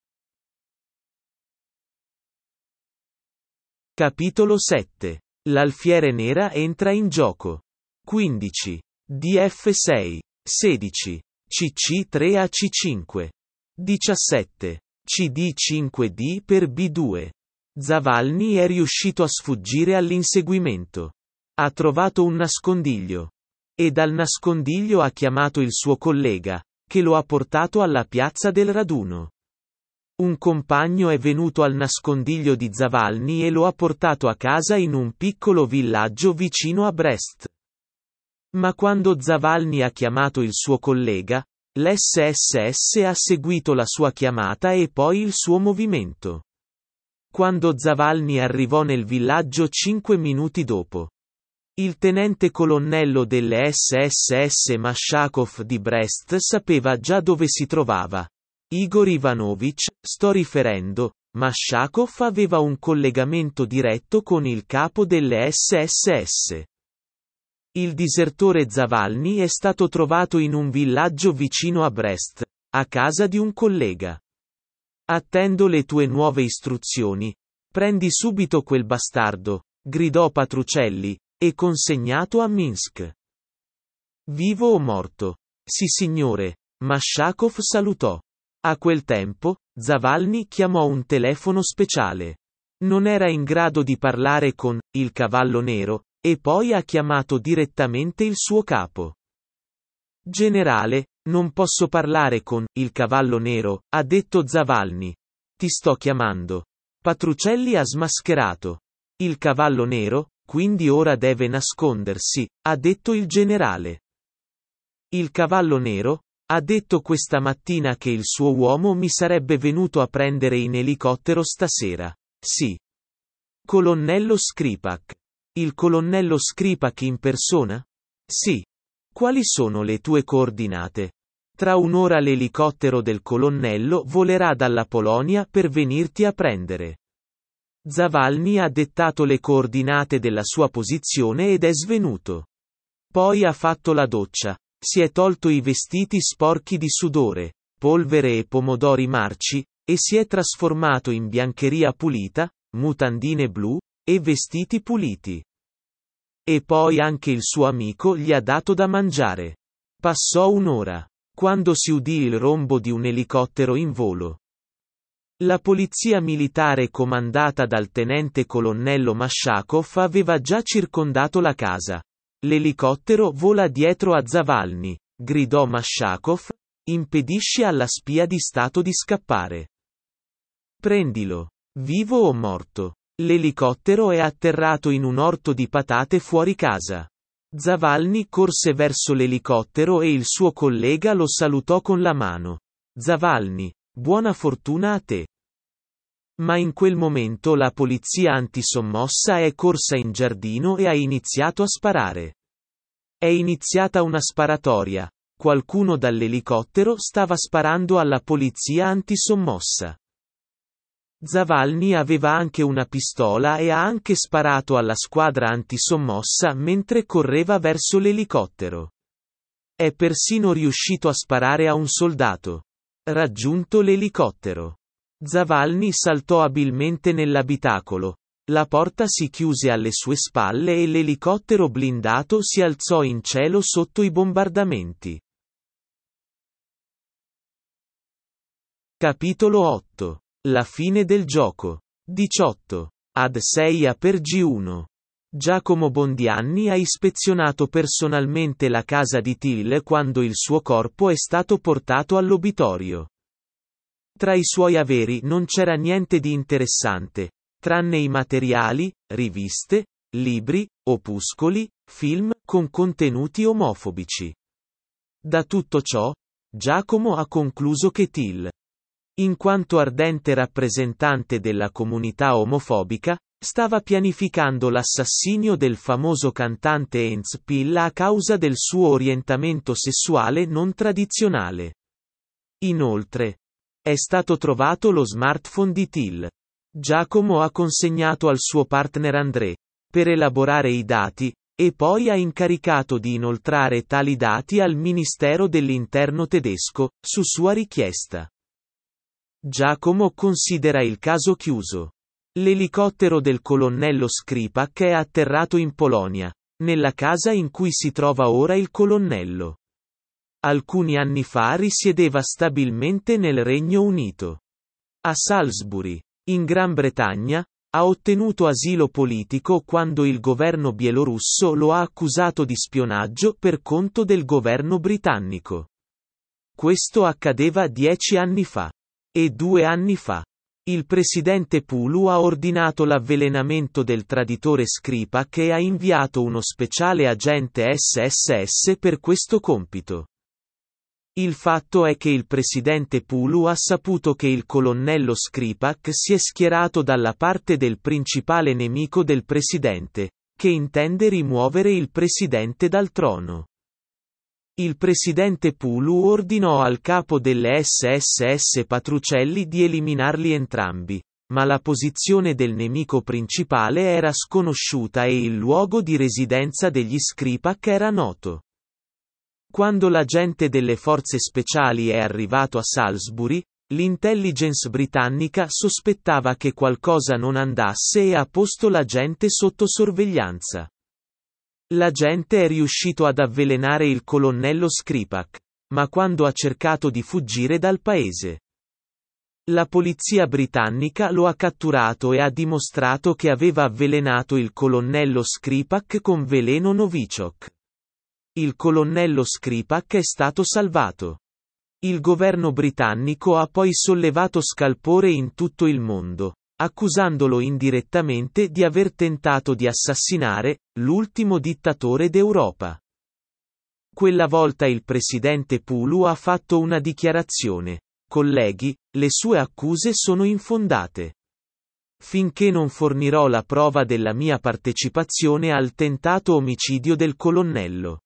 Capitolo sette. L'alfiere nera entra in gioco. quindici. D F sei. sedici. C C tre A C cinque. diciassette. C D cinque D per B due. Zavalny è riuscito a sfuggire all'inseguimento. Ha trovato un nascondiglio. E dal nascondiglio ha chiamato il suo collega, che lo ha portato alla piazza del raduno. Un compagno è venuto al nascondiglio di Zavalny e lo ha portato a casa in un piccolo villaggio vicino a Brest. Ma quando Zavalny ha chiamato il suo collega, l'S S S ha seguito la sua chiamata e poi il suo movimento. Quando Zavalny arrivò nel villaggio cinque minuti dopo, il tenente colonnello delle S S S Mashakov di Brest sapeva già dove si trovava. Igor Ivanovich, sto riferendo, Mashakov aveva un collegamento diretto con il capo delle S S S. Il disertore Zavalny è stato trovato in un villaggio vicino a Brest, a casa di un collega. Attendo le tue nuove istruzioni. Prendi subito quel bastardo, gridò Patruccelli, e consegnato a Minsk. Vivo o morto? Sì signore, Mashakov salutò. A quel tempo, Zavalny chiamò un telefono speciale. Non era in grado di parlare con il cavallo nero, e poi ha chiamato direttamente il suo capo. Generale, non posso parlare con il cavallo nero, ha detto Zavalny. Ti sto chiamando. Patruccelli ha smascherato. Il cavallo nero, quindi ora deve nascondersi, ha detto il generale. Il cavallo nero ha detto questa mattina che il suo uomo mi sarebbe venuto a prendere in elicottero stasera. Sì. Colonnello Skripal. Il colonnello Skripal in persona? Sì. Quali sono le tue coordinate? Tra un'ora l'elicottero del colonnello volerà dalla Polonia per venirti a prendere. Zavalny ha dettato le coordinate della sua posizione ed è svenuto. Poi ha fatto la doccia. Si è tolto i vestiti sporchi di sudore, polvere e pomodori marci, e si è trasformato in biancheria pulita, mutandine blu, e vestiti puliti. E poi anche il suo amico gli ha dato da mangiare. Passò un'ora, quando si udì il rombo di un elicottero in volo. La polizia militare comandata dal tenente colonnello Mashakov aveva già circondato la casa. L'elicottero vola dietro a Zavalny, gridò Mashakov, impedisce alla spia di Stato di scappare. Prendilo. Vivo o morto? L'elicottero è atterrato in un orto di patate fuori casa. Zavalny corse verso l'elicottero e il suo collega lo salutò con la mano. Zavalny, buona fortuna a te. Ma in quel momento la polizia antisommossa è corsa in giardino e ha iniziato a sparare. È iniziata una sparatoria. Qualcuno dall'elicottero stava sparando alla polizia antisommossa. Zavalny aveva anche una pistola e ha anche sparato alla squadra antisommossa mentre correva verso l'elicottero. È persino riuscito a sparare a un soldato. Raggiunto l'elicottero, Zavalny saltò abilmente nell'abitacolo. La porta si chiuse alle sue spalle e l'elicottero blindato si alzò in cielo sotto i bombardamenti. Capitolo otto. La fine del gioco. diciotto. Ad sei a per G uno. Giacomo Bondianni ha ispezionato personalmente la casa di Till quando il suo corpo è stato portato all'obitorio. Tra i suoi averi non c'era niente di interessante, tranne i materiali, riviste, libri, opuscoli, film, con contenuti omofobici. Da tutto ciò, Giacomo ha concluso che Till, in quanto ardente rappresentante della comunità omofobica, stava pianificando l'assassinio del famoso cantante Heinz Pilla a causa del suo orientamento sessuale non tradizionale. Inoltre, è stato trovato lo smartphone di Till. Giacomo ha consegnato al suo partner André, per elaborare i dati, e poi ha incaricato di inoltrare tali dati al Ministero dell'Interno tedesco, su sua richiesta. Giacomo considera il caso chiuso. L'elicottero del colonnello Skripal è atterrato in Polonia, nella casa in cui si trova ora il colonnello. Alcuni anni fa risiedeva stabilmente nel Regno Unito. A Salisbury, in Gran Bretagna, ha ottenuto asilo politico quando il governo bielorusso lo ha accusato di spionaggio per conto del governo britannico. Questo accadeva dieci anni fa. E due anni fa. Il presidente Pulu ha ordinato l'avvelenamento del traditore Skripal e ha inviato uno speciale agente S S S per questo compito. Il fatto è che il presidente Pulu ha saputo che il colonnello Skripal si è schierato dalla parte del principale nemico del presidente, che intende rimuovere il presidente dal trono. Il presidente Pulu ordinò al capo delle S S S Patruccelli di eliminarli entrambi, ma la posizione del nemico principale era sconosciuta e il luogo di residenza degli Skripal era noto. Quando l'agente delle forze speciali è arrivato a Salisbury, l'intelligence britannica sospettava che qualcosa non andasse e ha posto l'agente sotto sorveglianza. L'agente è riuscito ad avvelenare il colonnello Skripal, ma quando ha cercato di fuggire dal paese, la polizia britannica lo ha catturato e ha dimostrato che aveva avvelenato il colonnello Skripal con veleno Novichok. Il colonnello Skripal è stato salvato. Il governo britannico ha poi sollevato scalpore in tutto il mondo, accusandolo indirettamente di aver tentato di assassinare l'ultimo dittatore d'Europa. Quella volta il presidente Pulu ha fatto una dichiarazione: colleghi, le sue accuse sono infondate. Finché non fornirò la prova della mia partecipazione al tentato omicidio del colonnello,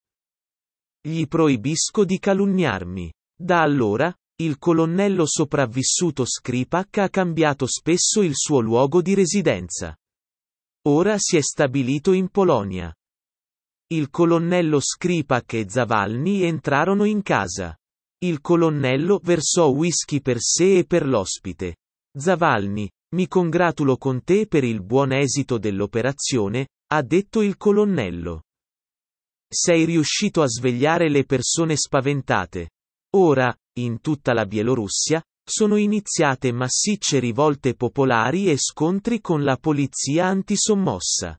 gli proibisco di calunniarmi. Da allora, il colonnello sopravvissuto Skripal ha cambiato spesso il suo luogo di residenza. Ora si è stabilito in Polonia. Il colonnello Skripal e Zavalny entrarono in casa. Il colonnello versò whisky per sé e per l'ospite. Zavalny, mi congratulo con te per il buon esito dell'operazione, ha detto il colonnello. Sei riuscito a svegliare le persone spaventate. Ora, in tutta la Bielorussia, sono iniziate massicce rivolte popolari e scontri con la polizia antisommossa.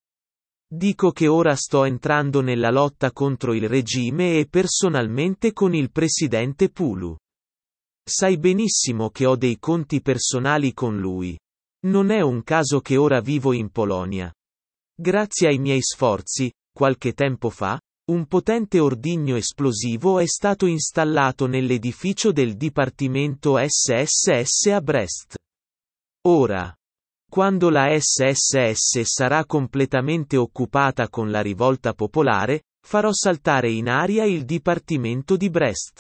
Dico che ora sto entrando nella lotta contro il regime e personalmente con il presidente Pulu. Sai benissimo che ho dei conti personali con lui. Non è un caso che ora vivo in Polonia. Grazie ai miei sforzi, qualche tempo fa, un potente ordigno esplosivo è stato installato nell'edificio del Dipartimento S S S a Brest. Ora, quando la S S S sarà completamente occupata con la rivolta popolare, farò saltare in aria il Dipartimento di Brest.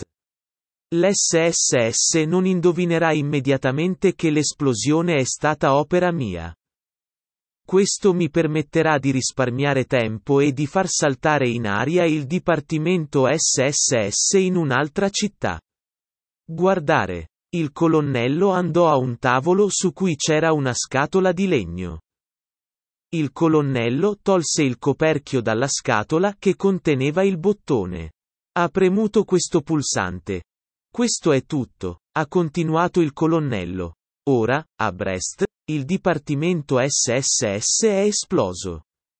L'S S S non indovinerà immediatamente che l'esplosione è stata opera mia. Questo mi permetterà di risparmiare tempo e di far saltare in aria il Dipartimento S S S in un'altra città. Guardare. Il colonnello andò a un tavolo su cui c'era una scatola di legno. Il colonnello tolse il coperchio dalla scatola che conteneva il bottone. Ha premuto questo pulsante. Questo è tutto, ha continuato il colonnello. Ora, a Brest, il Dipartimento S S S è esploso.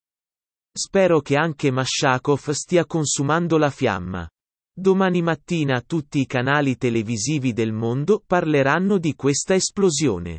Spero che anche Mashakov stia consumando la fiamma. Domani mattina tutti i canali televisivi del mondo parleranno di questa esplosione.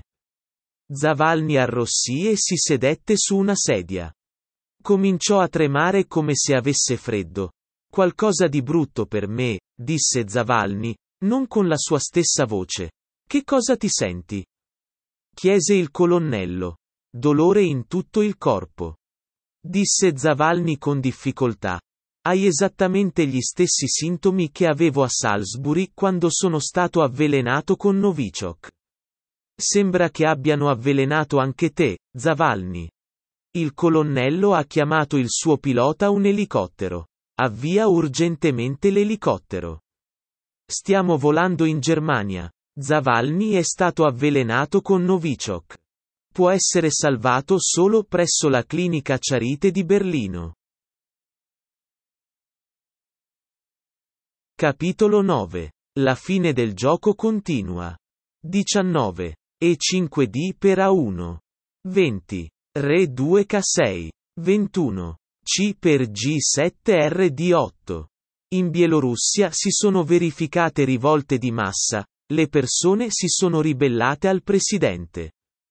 Zavalny arrossì e si sedette su una sedia. Cominciò a tremare come se avesse freddo. Qualcosa di brutto per me, disse Zavalny, non con la sua stessa voce. Che cosa ti senti? Chiese il colonnello. Dolore in tutto il corpo. Disse Zavalny con difficoltà. Hai esattamente gli stessi sintomi che avevo a Salisbury quando sono stato avvelenato con Novichok. Sembra che abbiano avvelenato anche te, Zavalny. Il colonnello ha chiamato il suo pilota un elicottero. Avvia urgentemente l'elicottero. Stiamo volando in Germania. Zavalny è stato avvelenato con Novichok. Può essere salvato solo presso la clinica Charité di Berlino. Capitolo nove. La fine del gioco continua. diciannove. E cinque D per A uno. venti. Re due K sei. ventuno. C per G sette R D otto. In Bielorussia si sono verificate rivolte di massa, le persone si sono ribellate al presidente,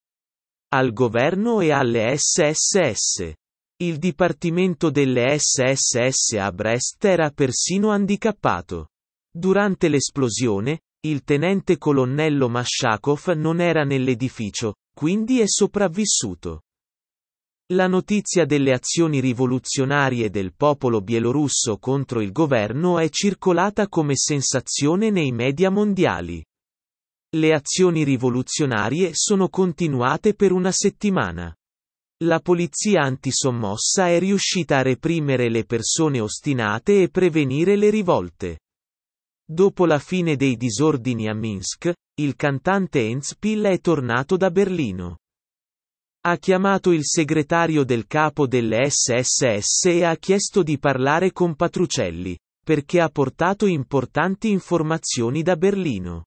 al governo e alle S S S. Il dipartimento delle S S S a Brest era persino handicappato. Durante l'esplosione, il tenente colonnello Mashakov non era nell'edificio, quindi è sopravvissuto. La notizia delle azioni rivoluzionarie del popolo bielorusso contro il governo è circolata come sensazione nei media mondiali. Le azioni rivoluzionarie sono continuate per una settimana. La polizia antisommossa è riuscita a reprimere le persone ostinate e prevenire le rivolte. Dopo la fine dei disordini a Minsk, il cantante Endspiel è tornato da Berlino. Ha chiamato il segretario del capo delle S S S e ha chiesto di parlare con Patruccelli, perché ha portato importanti informazioni da Berlino.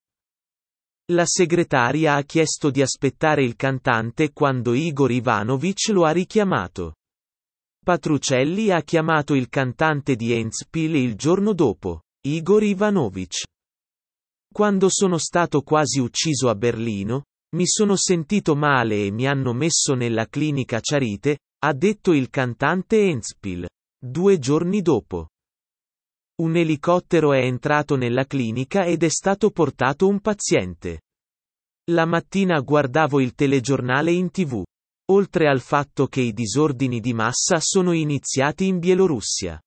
La segretaria ha chiesto di aspettare il cantante quando Igor Ivanovich lo ha richiamato. Patruccelli ha chiamato il cantante di Endspiel il giorno dopo, Igor Ivanovich. Quando sono stato quasi ucciso a Berlino, mi sono sentito male e mi hanno messo nella clinica Charité, ha detto il cantante Endspiel, due giorni dopo. Un elicottero è entrato nella clinica ed è stato portato un paziente. La mattina guardavo il telegiornale in tivù. Oltre al fatto che i disordini di massa sono iniziati in Bielorussia.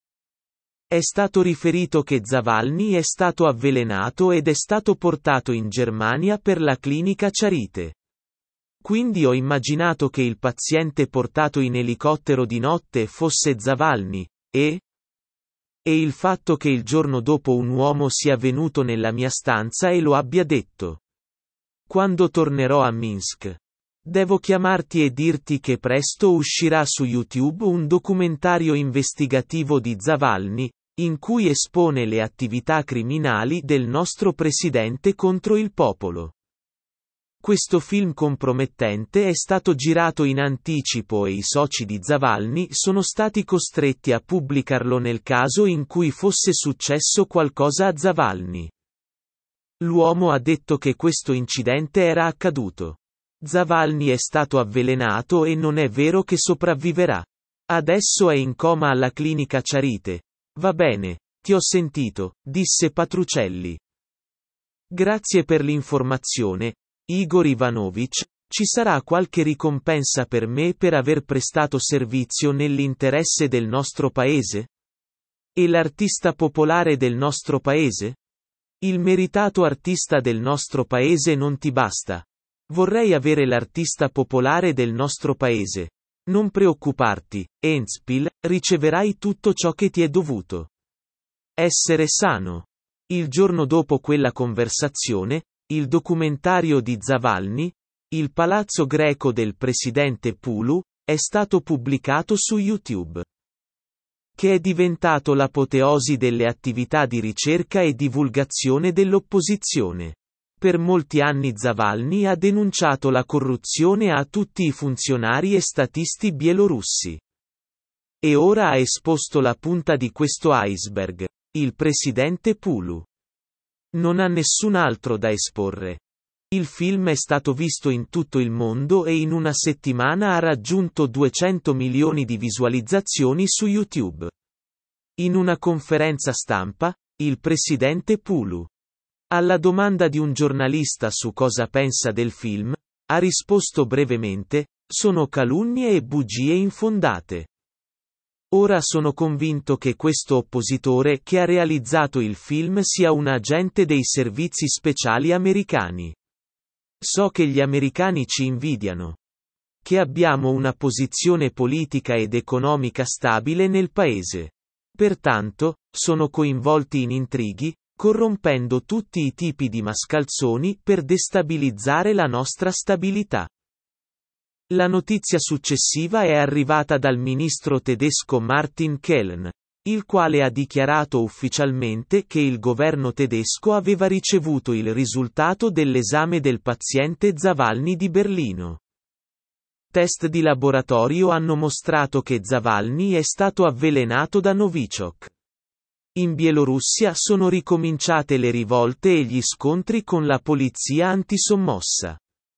È stato riferito che Zavalny è stato avvelenato ed è stato portato in Germania per la clinica Charité. Quindi ho immaginato che il paziente portato in elicottero di notte fosse Zavalny, e... E il fatto che il giorno dopo un uomo sia venuto nella mia stanza e lo abbia detto. Quando tornerò a Minsk. Devo chiamarti e dirti che presto uscirà su YouTube un documentario investigativo di Zavalny, in cui espone le attività criminali del nostro presidente contro il popolo. Questo film compromettente è stato girato in anticipo e i soci di Zavalny sono stati costretti a pubblicarlo nel caso in cui fosse successo qualcosa a Zavalny. L'uomo ha detto che questo incidente era accaduto. Zavalny è stato avvelenato e non è vero che sopravviverà. Adesso è in coma alla clinica Charité. Va bene, ti ho sentito, disse Patruccelli. Grazie per l'informazione, Igor Ivanovich. Ci sarà qualche ricompensa per me per aver prestato servizio nell'interesse del nostro paese? E l'artista popolare del nostro paese? Il meritato artista del nostro paese non ti basta. Vorrei avere l'artista popolare del nostro paese. Non preoccuparti, Endspiel, riceverai tutto ciò che ti è dovuto. Essere sano. Il giorno dopo quella conversazione, il documentario di Zavalny, Il palazzo greco del presidente Pulu, è stato pubblicato su YouTube. Che è diventato l'apoteosi delle attività di ricerca e divulgazione dell'opposizione. Per molti anni Zavalny ha denunciato la corruzione a tutti i funzionari e statisti bielorussi. E ora ha esposto la punta di questo iceberg, il presidente Pulu. Non ha nessun altro da esporre. Il film è stato visto in tutto il mondo e in una settimana ha raggiunto duecento milioni di visualizzazioni su YouTube. In una conferenza stampa, il presidente Pulu, alla domanda di un giornalista su cosa pensa del film, ha risposto brevemente: sono calunnie e bugie infondate. Ora sono convinto che questo oppositore che ha realizzato il film sia un agente dei servizi speciali americani. So che gli americani ci invidiano. Che abbiamo una posizione politica ed economica stabile nel paese. Pertanto, sono coinvolti in intrighi, corrompendo tutti i tipi di mascalzoni per destabilizzare la nostra stabilità. La notizia successiva è arrivata dal ministro tedesco Martin Kellen, il quale ha dichiarato ufficialmente che il governo tedesco aveva ricevuto il risultato dell'esame del paziente Zavalny di Berlino. Test di laboratorio hanno mostrato che Zavalny è stato avvelenato da Novichok. In Bielorussia sono ricominciate le rivolte e gli scontri con la polizia antisommossa.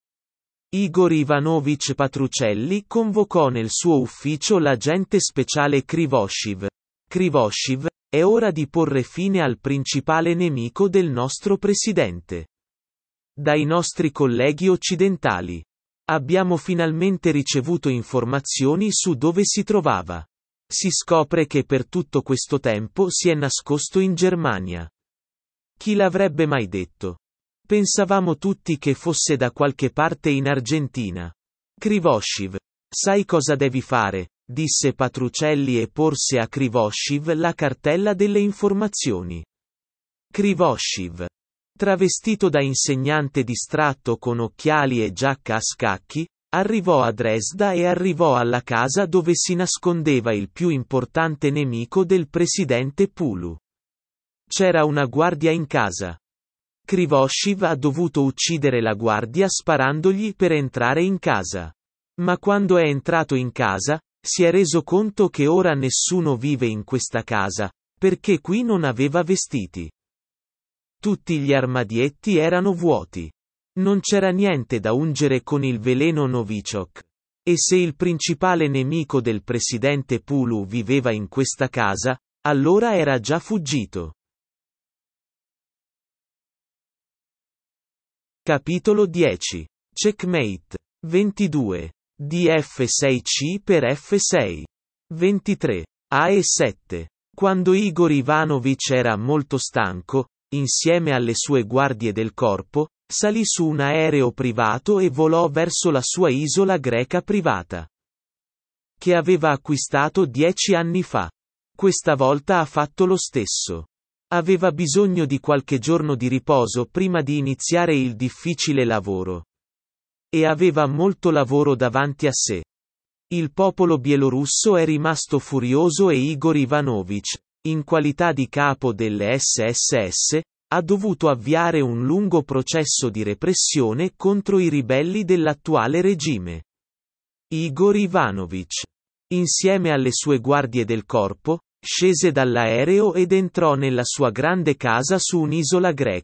Igor Ivanovich Patruccelli convocò nel suo ufficio l'agente speciale Krivoshev. Krivoshev, è ora di porre fine al principale nemico del nostro presidente. Dai nostri colleghi occidentali. Abbiamo finalmente ricevuto informazioni su dove si trovava. Si scopre che per tutto questo tempo si è nascosto in Germania. Chi l'avrebbe mai detto? Pensavamo tutti che fosse da qualche parte in Argentina. Krivoshev, sai cosa devi fare? Disse Patruccelli e porse a Krivoshev la cartella delle informazioni. Krivoshev, travestito da insegnante distratto con occhiali e giacca a scacchi, arrivò a Dresda e arrivò alla casa dove si nascondeva il più importante nemico del presidente Pulu. C'era una guardia in casa. Krivoshev ha dovuto uccidere la guardia sparandogli per entrare in casa. Ma quando è entrato in casa, si è reso conto che ora nessuno vive in questa casa, perché qui non aveva vestiti. Tutti gli armadietti erano vuoti. Non c'era niente da ungere con il veleno Novichok. E se il principale nemico del presidente Pulu viveva in questa casa, allora era già fuggito. Capitolo dieci. Checkmate. ventidue. D F sei C per F sei. ventitré. A E sette. Quando Igor Ivanovich era molto stanco, insieme alle sue guardie del corpo, salì su un aereo privato e volò verso la sua isola greca privata, che aveva acquistato dieci anni fa. Questa volta ha fatto lo stesso. Aveva bisogno di qualche giorno di riposo prima di iniziare il difficile lavoro. E aveva molto lavoro davanti a sé. Il popolo bielorusso è rimasto furioso e Igor Ivanovich, in qualità di capo delle S S S, ha dovuto avviare un lungo processo di repressione contro i ribelli dell'attuale regime. Igor Ivanovich, insieme alle sue guardie del corpo, scese dall'aereo ed entrò nella sua grande casa su un'isola greca.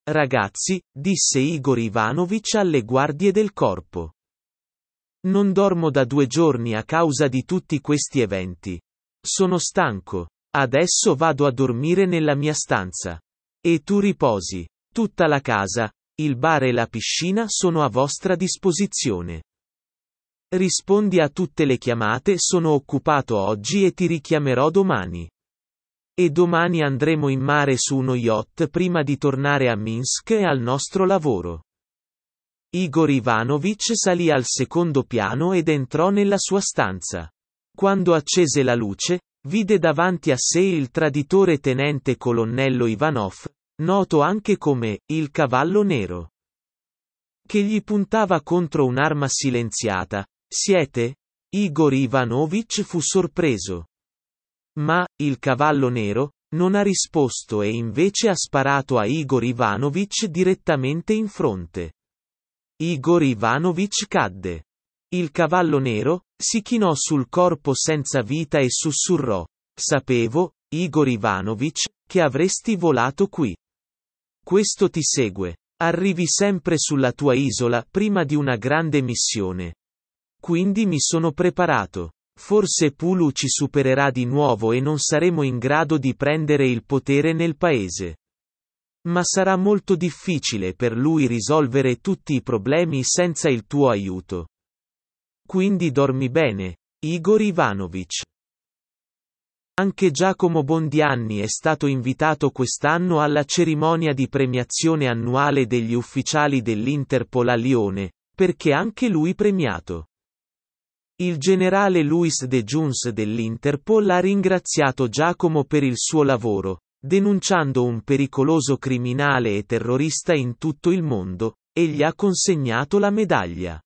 Ragazzi, disse Igor Ivanovich alle guardie del corpo. Non dormo da due giorni a causa di tutti questi eventi. Sono stanco. Adesso vado a dormire nella mia stanza. E tu riposi. Tutta la casa, il bar e la piscina sono a vostra disposizione. Rispondi a tutte le chiamate, sono occupato oggi e ti richiamerò domani. E domani andremo in mare su uno yacht prima di tornare a Minsk e al nostro lavoro. Igor Ivanovich salì al secondo piano ed entrò nella sua stanza. Quando accese la luce, vide davanti a sé il traditore tenente colonnello Ivanov, noto anche come il cavallo nero, che gli puntava contro un'arma silenziata. Siete? Igor Ivanovich fu sorpreso. Ma, il cavallo nero, non ha risposto e invece ha sparato a Igor Ivanovich direttamente in fronte. Igor Ivanovich cadde. Il cavallo nero si chinò sul corpo senza vita e sussurrò: Sapevo, Igor Ivanovich, che avresti volato qui. Questo ti segue. Arrivi sempre sulla tua isola prima di una grande missione. Quindi mi sono preparato. Forse Pulu ci supererà di nuovo e non saremo in grado di prendere il potere nel paese. Ma sarà molto difficile per lui risolvere tutti i problemi senza il tuo aiuto. Quindi dormi bene, Igor Ivanovich. Anche Giacomo Bondianni è stato invitato quest'anno alla cerimonia di premiazione annuale degli ufficiali dell'Interpol a Lione, perché anche lui premiato. Il generale Luis de Junz dell'Interpol ha ringraziato Giacomo per il suo lavoro, denunciando un pericoloso criminale e terrorista in tutto il mondo, e gli ha consegnato la medaglia.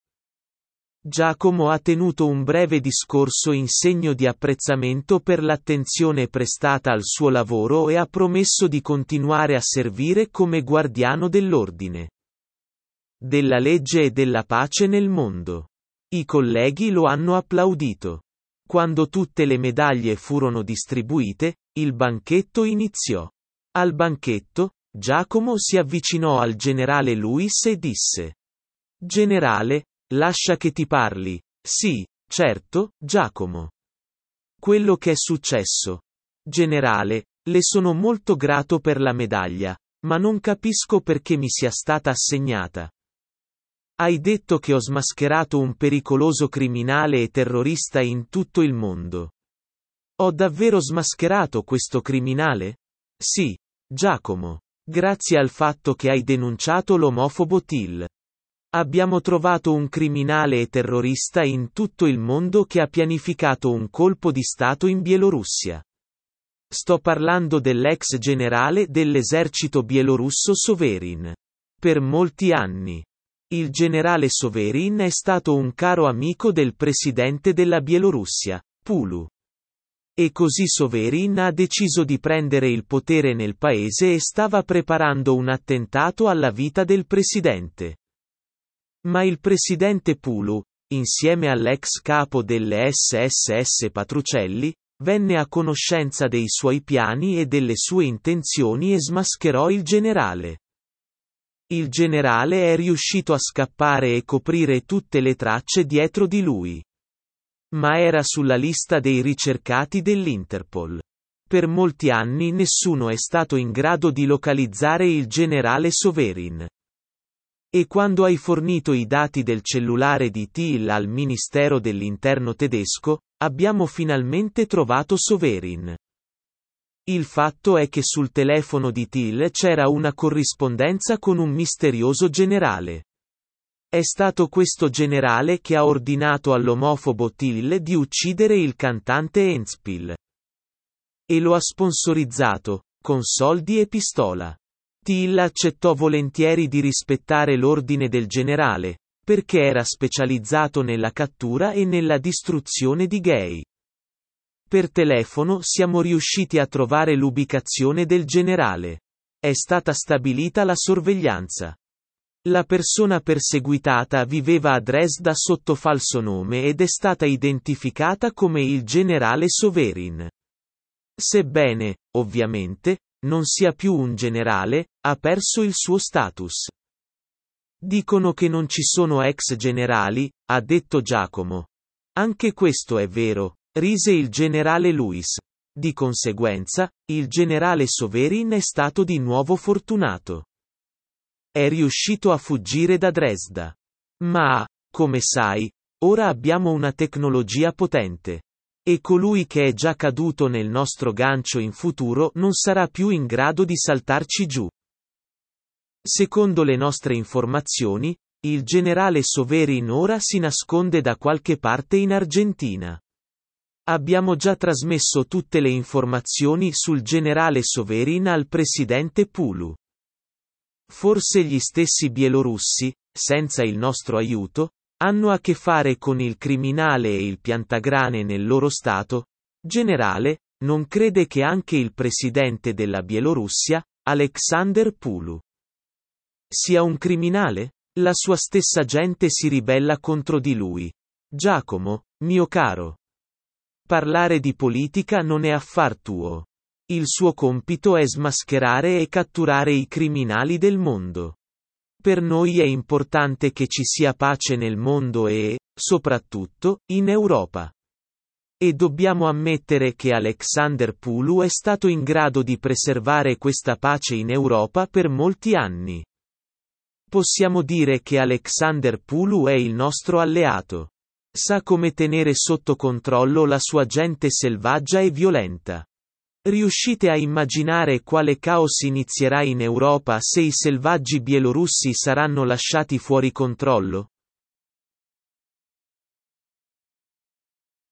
Giacomo ha tenuto un breve discorso in segno di apprezzamento per l'attenzione prestata al suo lavoro e ha promesso di continuare a servire come guardiano dell'ordine, della legge e della pace nel mondo. I colleghi lo hanno applaudito. Quando tutte le medaglie furono distribuite, il banchetto iniziò. Al banchetto, Giacomo si avvicinò al generale Luis e disse: Generale, lascia che ti parli. Sì, certo, Giacomo. Quello che è successo. Generale, le sono molto grato per la medaglia, ma non capisco perché mi sia stata assegnata. Hai detto che ho smascherato un pericoloso criminale e terrorista in tutto il mondo. Ho davvero smascherato questo criminale? Sì, Giacomo. Grazie al fatto che hai denunciato l'omofobo Till. Abbiamo trovato un criminale e terrorista in tutto il mondo che ha pianificato un colpo di Stato in Bielorussia. Sto parlando dell'ex generale dell'esercito bielorusso Soverin. Per molti anni. Il generale Soverin è stato un caro amico del presidente della Bielorussia, Pulu. E così Soverin ha deciso di prendere il potere nel paese e stava preparando un attentato alla vita del presidente. Ma il presidente Pulu, insieme all'ex capo delle S S S Patrucelli, venne a conoscenza dei suoi piani e delle sue intenzioni e smascherò il generale. Il generale è riuscito a scappare e coprire tutte le tracce dietro di lui. Ma era sulla lista dei ricercati dell'Interpol. Per molti anni nessuno è stato in grado di localizzare il generale Soverin. E quando hai fornito i dati del cellulare di Till al Ministero dell'Interno tedesco, abbiamo finalmente trovato Soverin. Il fatto è che sul telefono di Till c'era una corrispondenza con un misterioso generale. È stato questo generale che ha ordinato all'omofobo Till di uccidere il cantante Endspiel. E lo ha sponsorizzato, con soldi e pistola. Till accettò volentieri di rispettare l'ordine del generale, perché era specializzato nella cattura e nella distruzione di gay. Per telefono siamo riusciti a trovare l'ubicazione del generale. È stata stabilita la sorveglianza. La persona perseguitata viveva a Dresda sotto falso nome ed è stata identificata come il generale Soverin. Sebbene, ovviamente, non sia più un generale, ha perso il suo status. Dicono che non ci sono ex generali, ha detto Giacomo. Anche questo è vero, rise il generale Lewis. Di conseguenza, il generale Soverin è stato di nuovo fortunato. È riuscito a fuggire da Dresda. Ma, come sai, ora abbiamo una tecnologia potente. E colui che è già caduto nel nostro gancio in futuro non sarà più in grado di saltarci giù. Secondo le nostre informazioni, il generale Soverin ora si nasconde da qualche parte in Argentina. Abbiamo già trasmesso tutte le informazioni sul generale Soverin al presidente Pulu. Forse gli stessi bielorussi, senza il nostro aiuto, hanno a che fare con il criminale e il piantagrane nel loro stato. Generale, non crede che anche il presidente della Bielorussia, Alexander Pulu, sia un criminale? La sua stessa gente si ribella contro di lui. Giacomo, mio caro. Parlare di politica non è affar tuo. Il suo compito è smascherare e catturare i criminali del mondo. Per noi è importante che ci sia pace nel mondo e, soprattutto, in Europa. E dobbiamo ammettere che Alexander Pulu è stato in grado di preservare questa pace in Europa per molti anni. Possiamo dire che Alexander Pulu è il nostro alleato. Sa come tenere sotto controllo la sua gente selvaggia e violenta. Riuscite a immaginare quale caos inizierà in Europa se i selvaggi bielorussi saranno lasciati fuori controllo?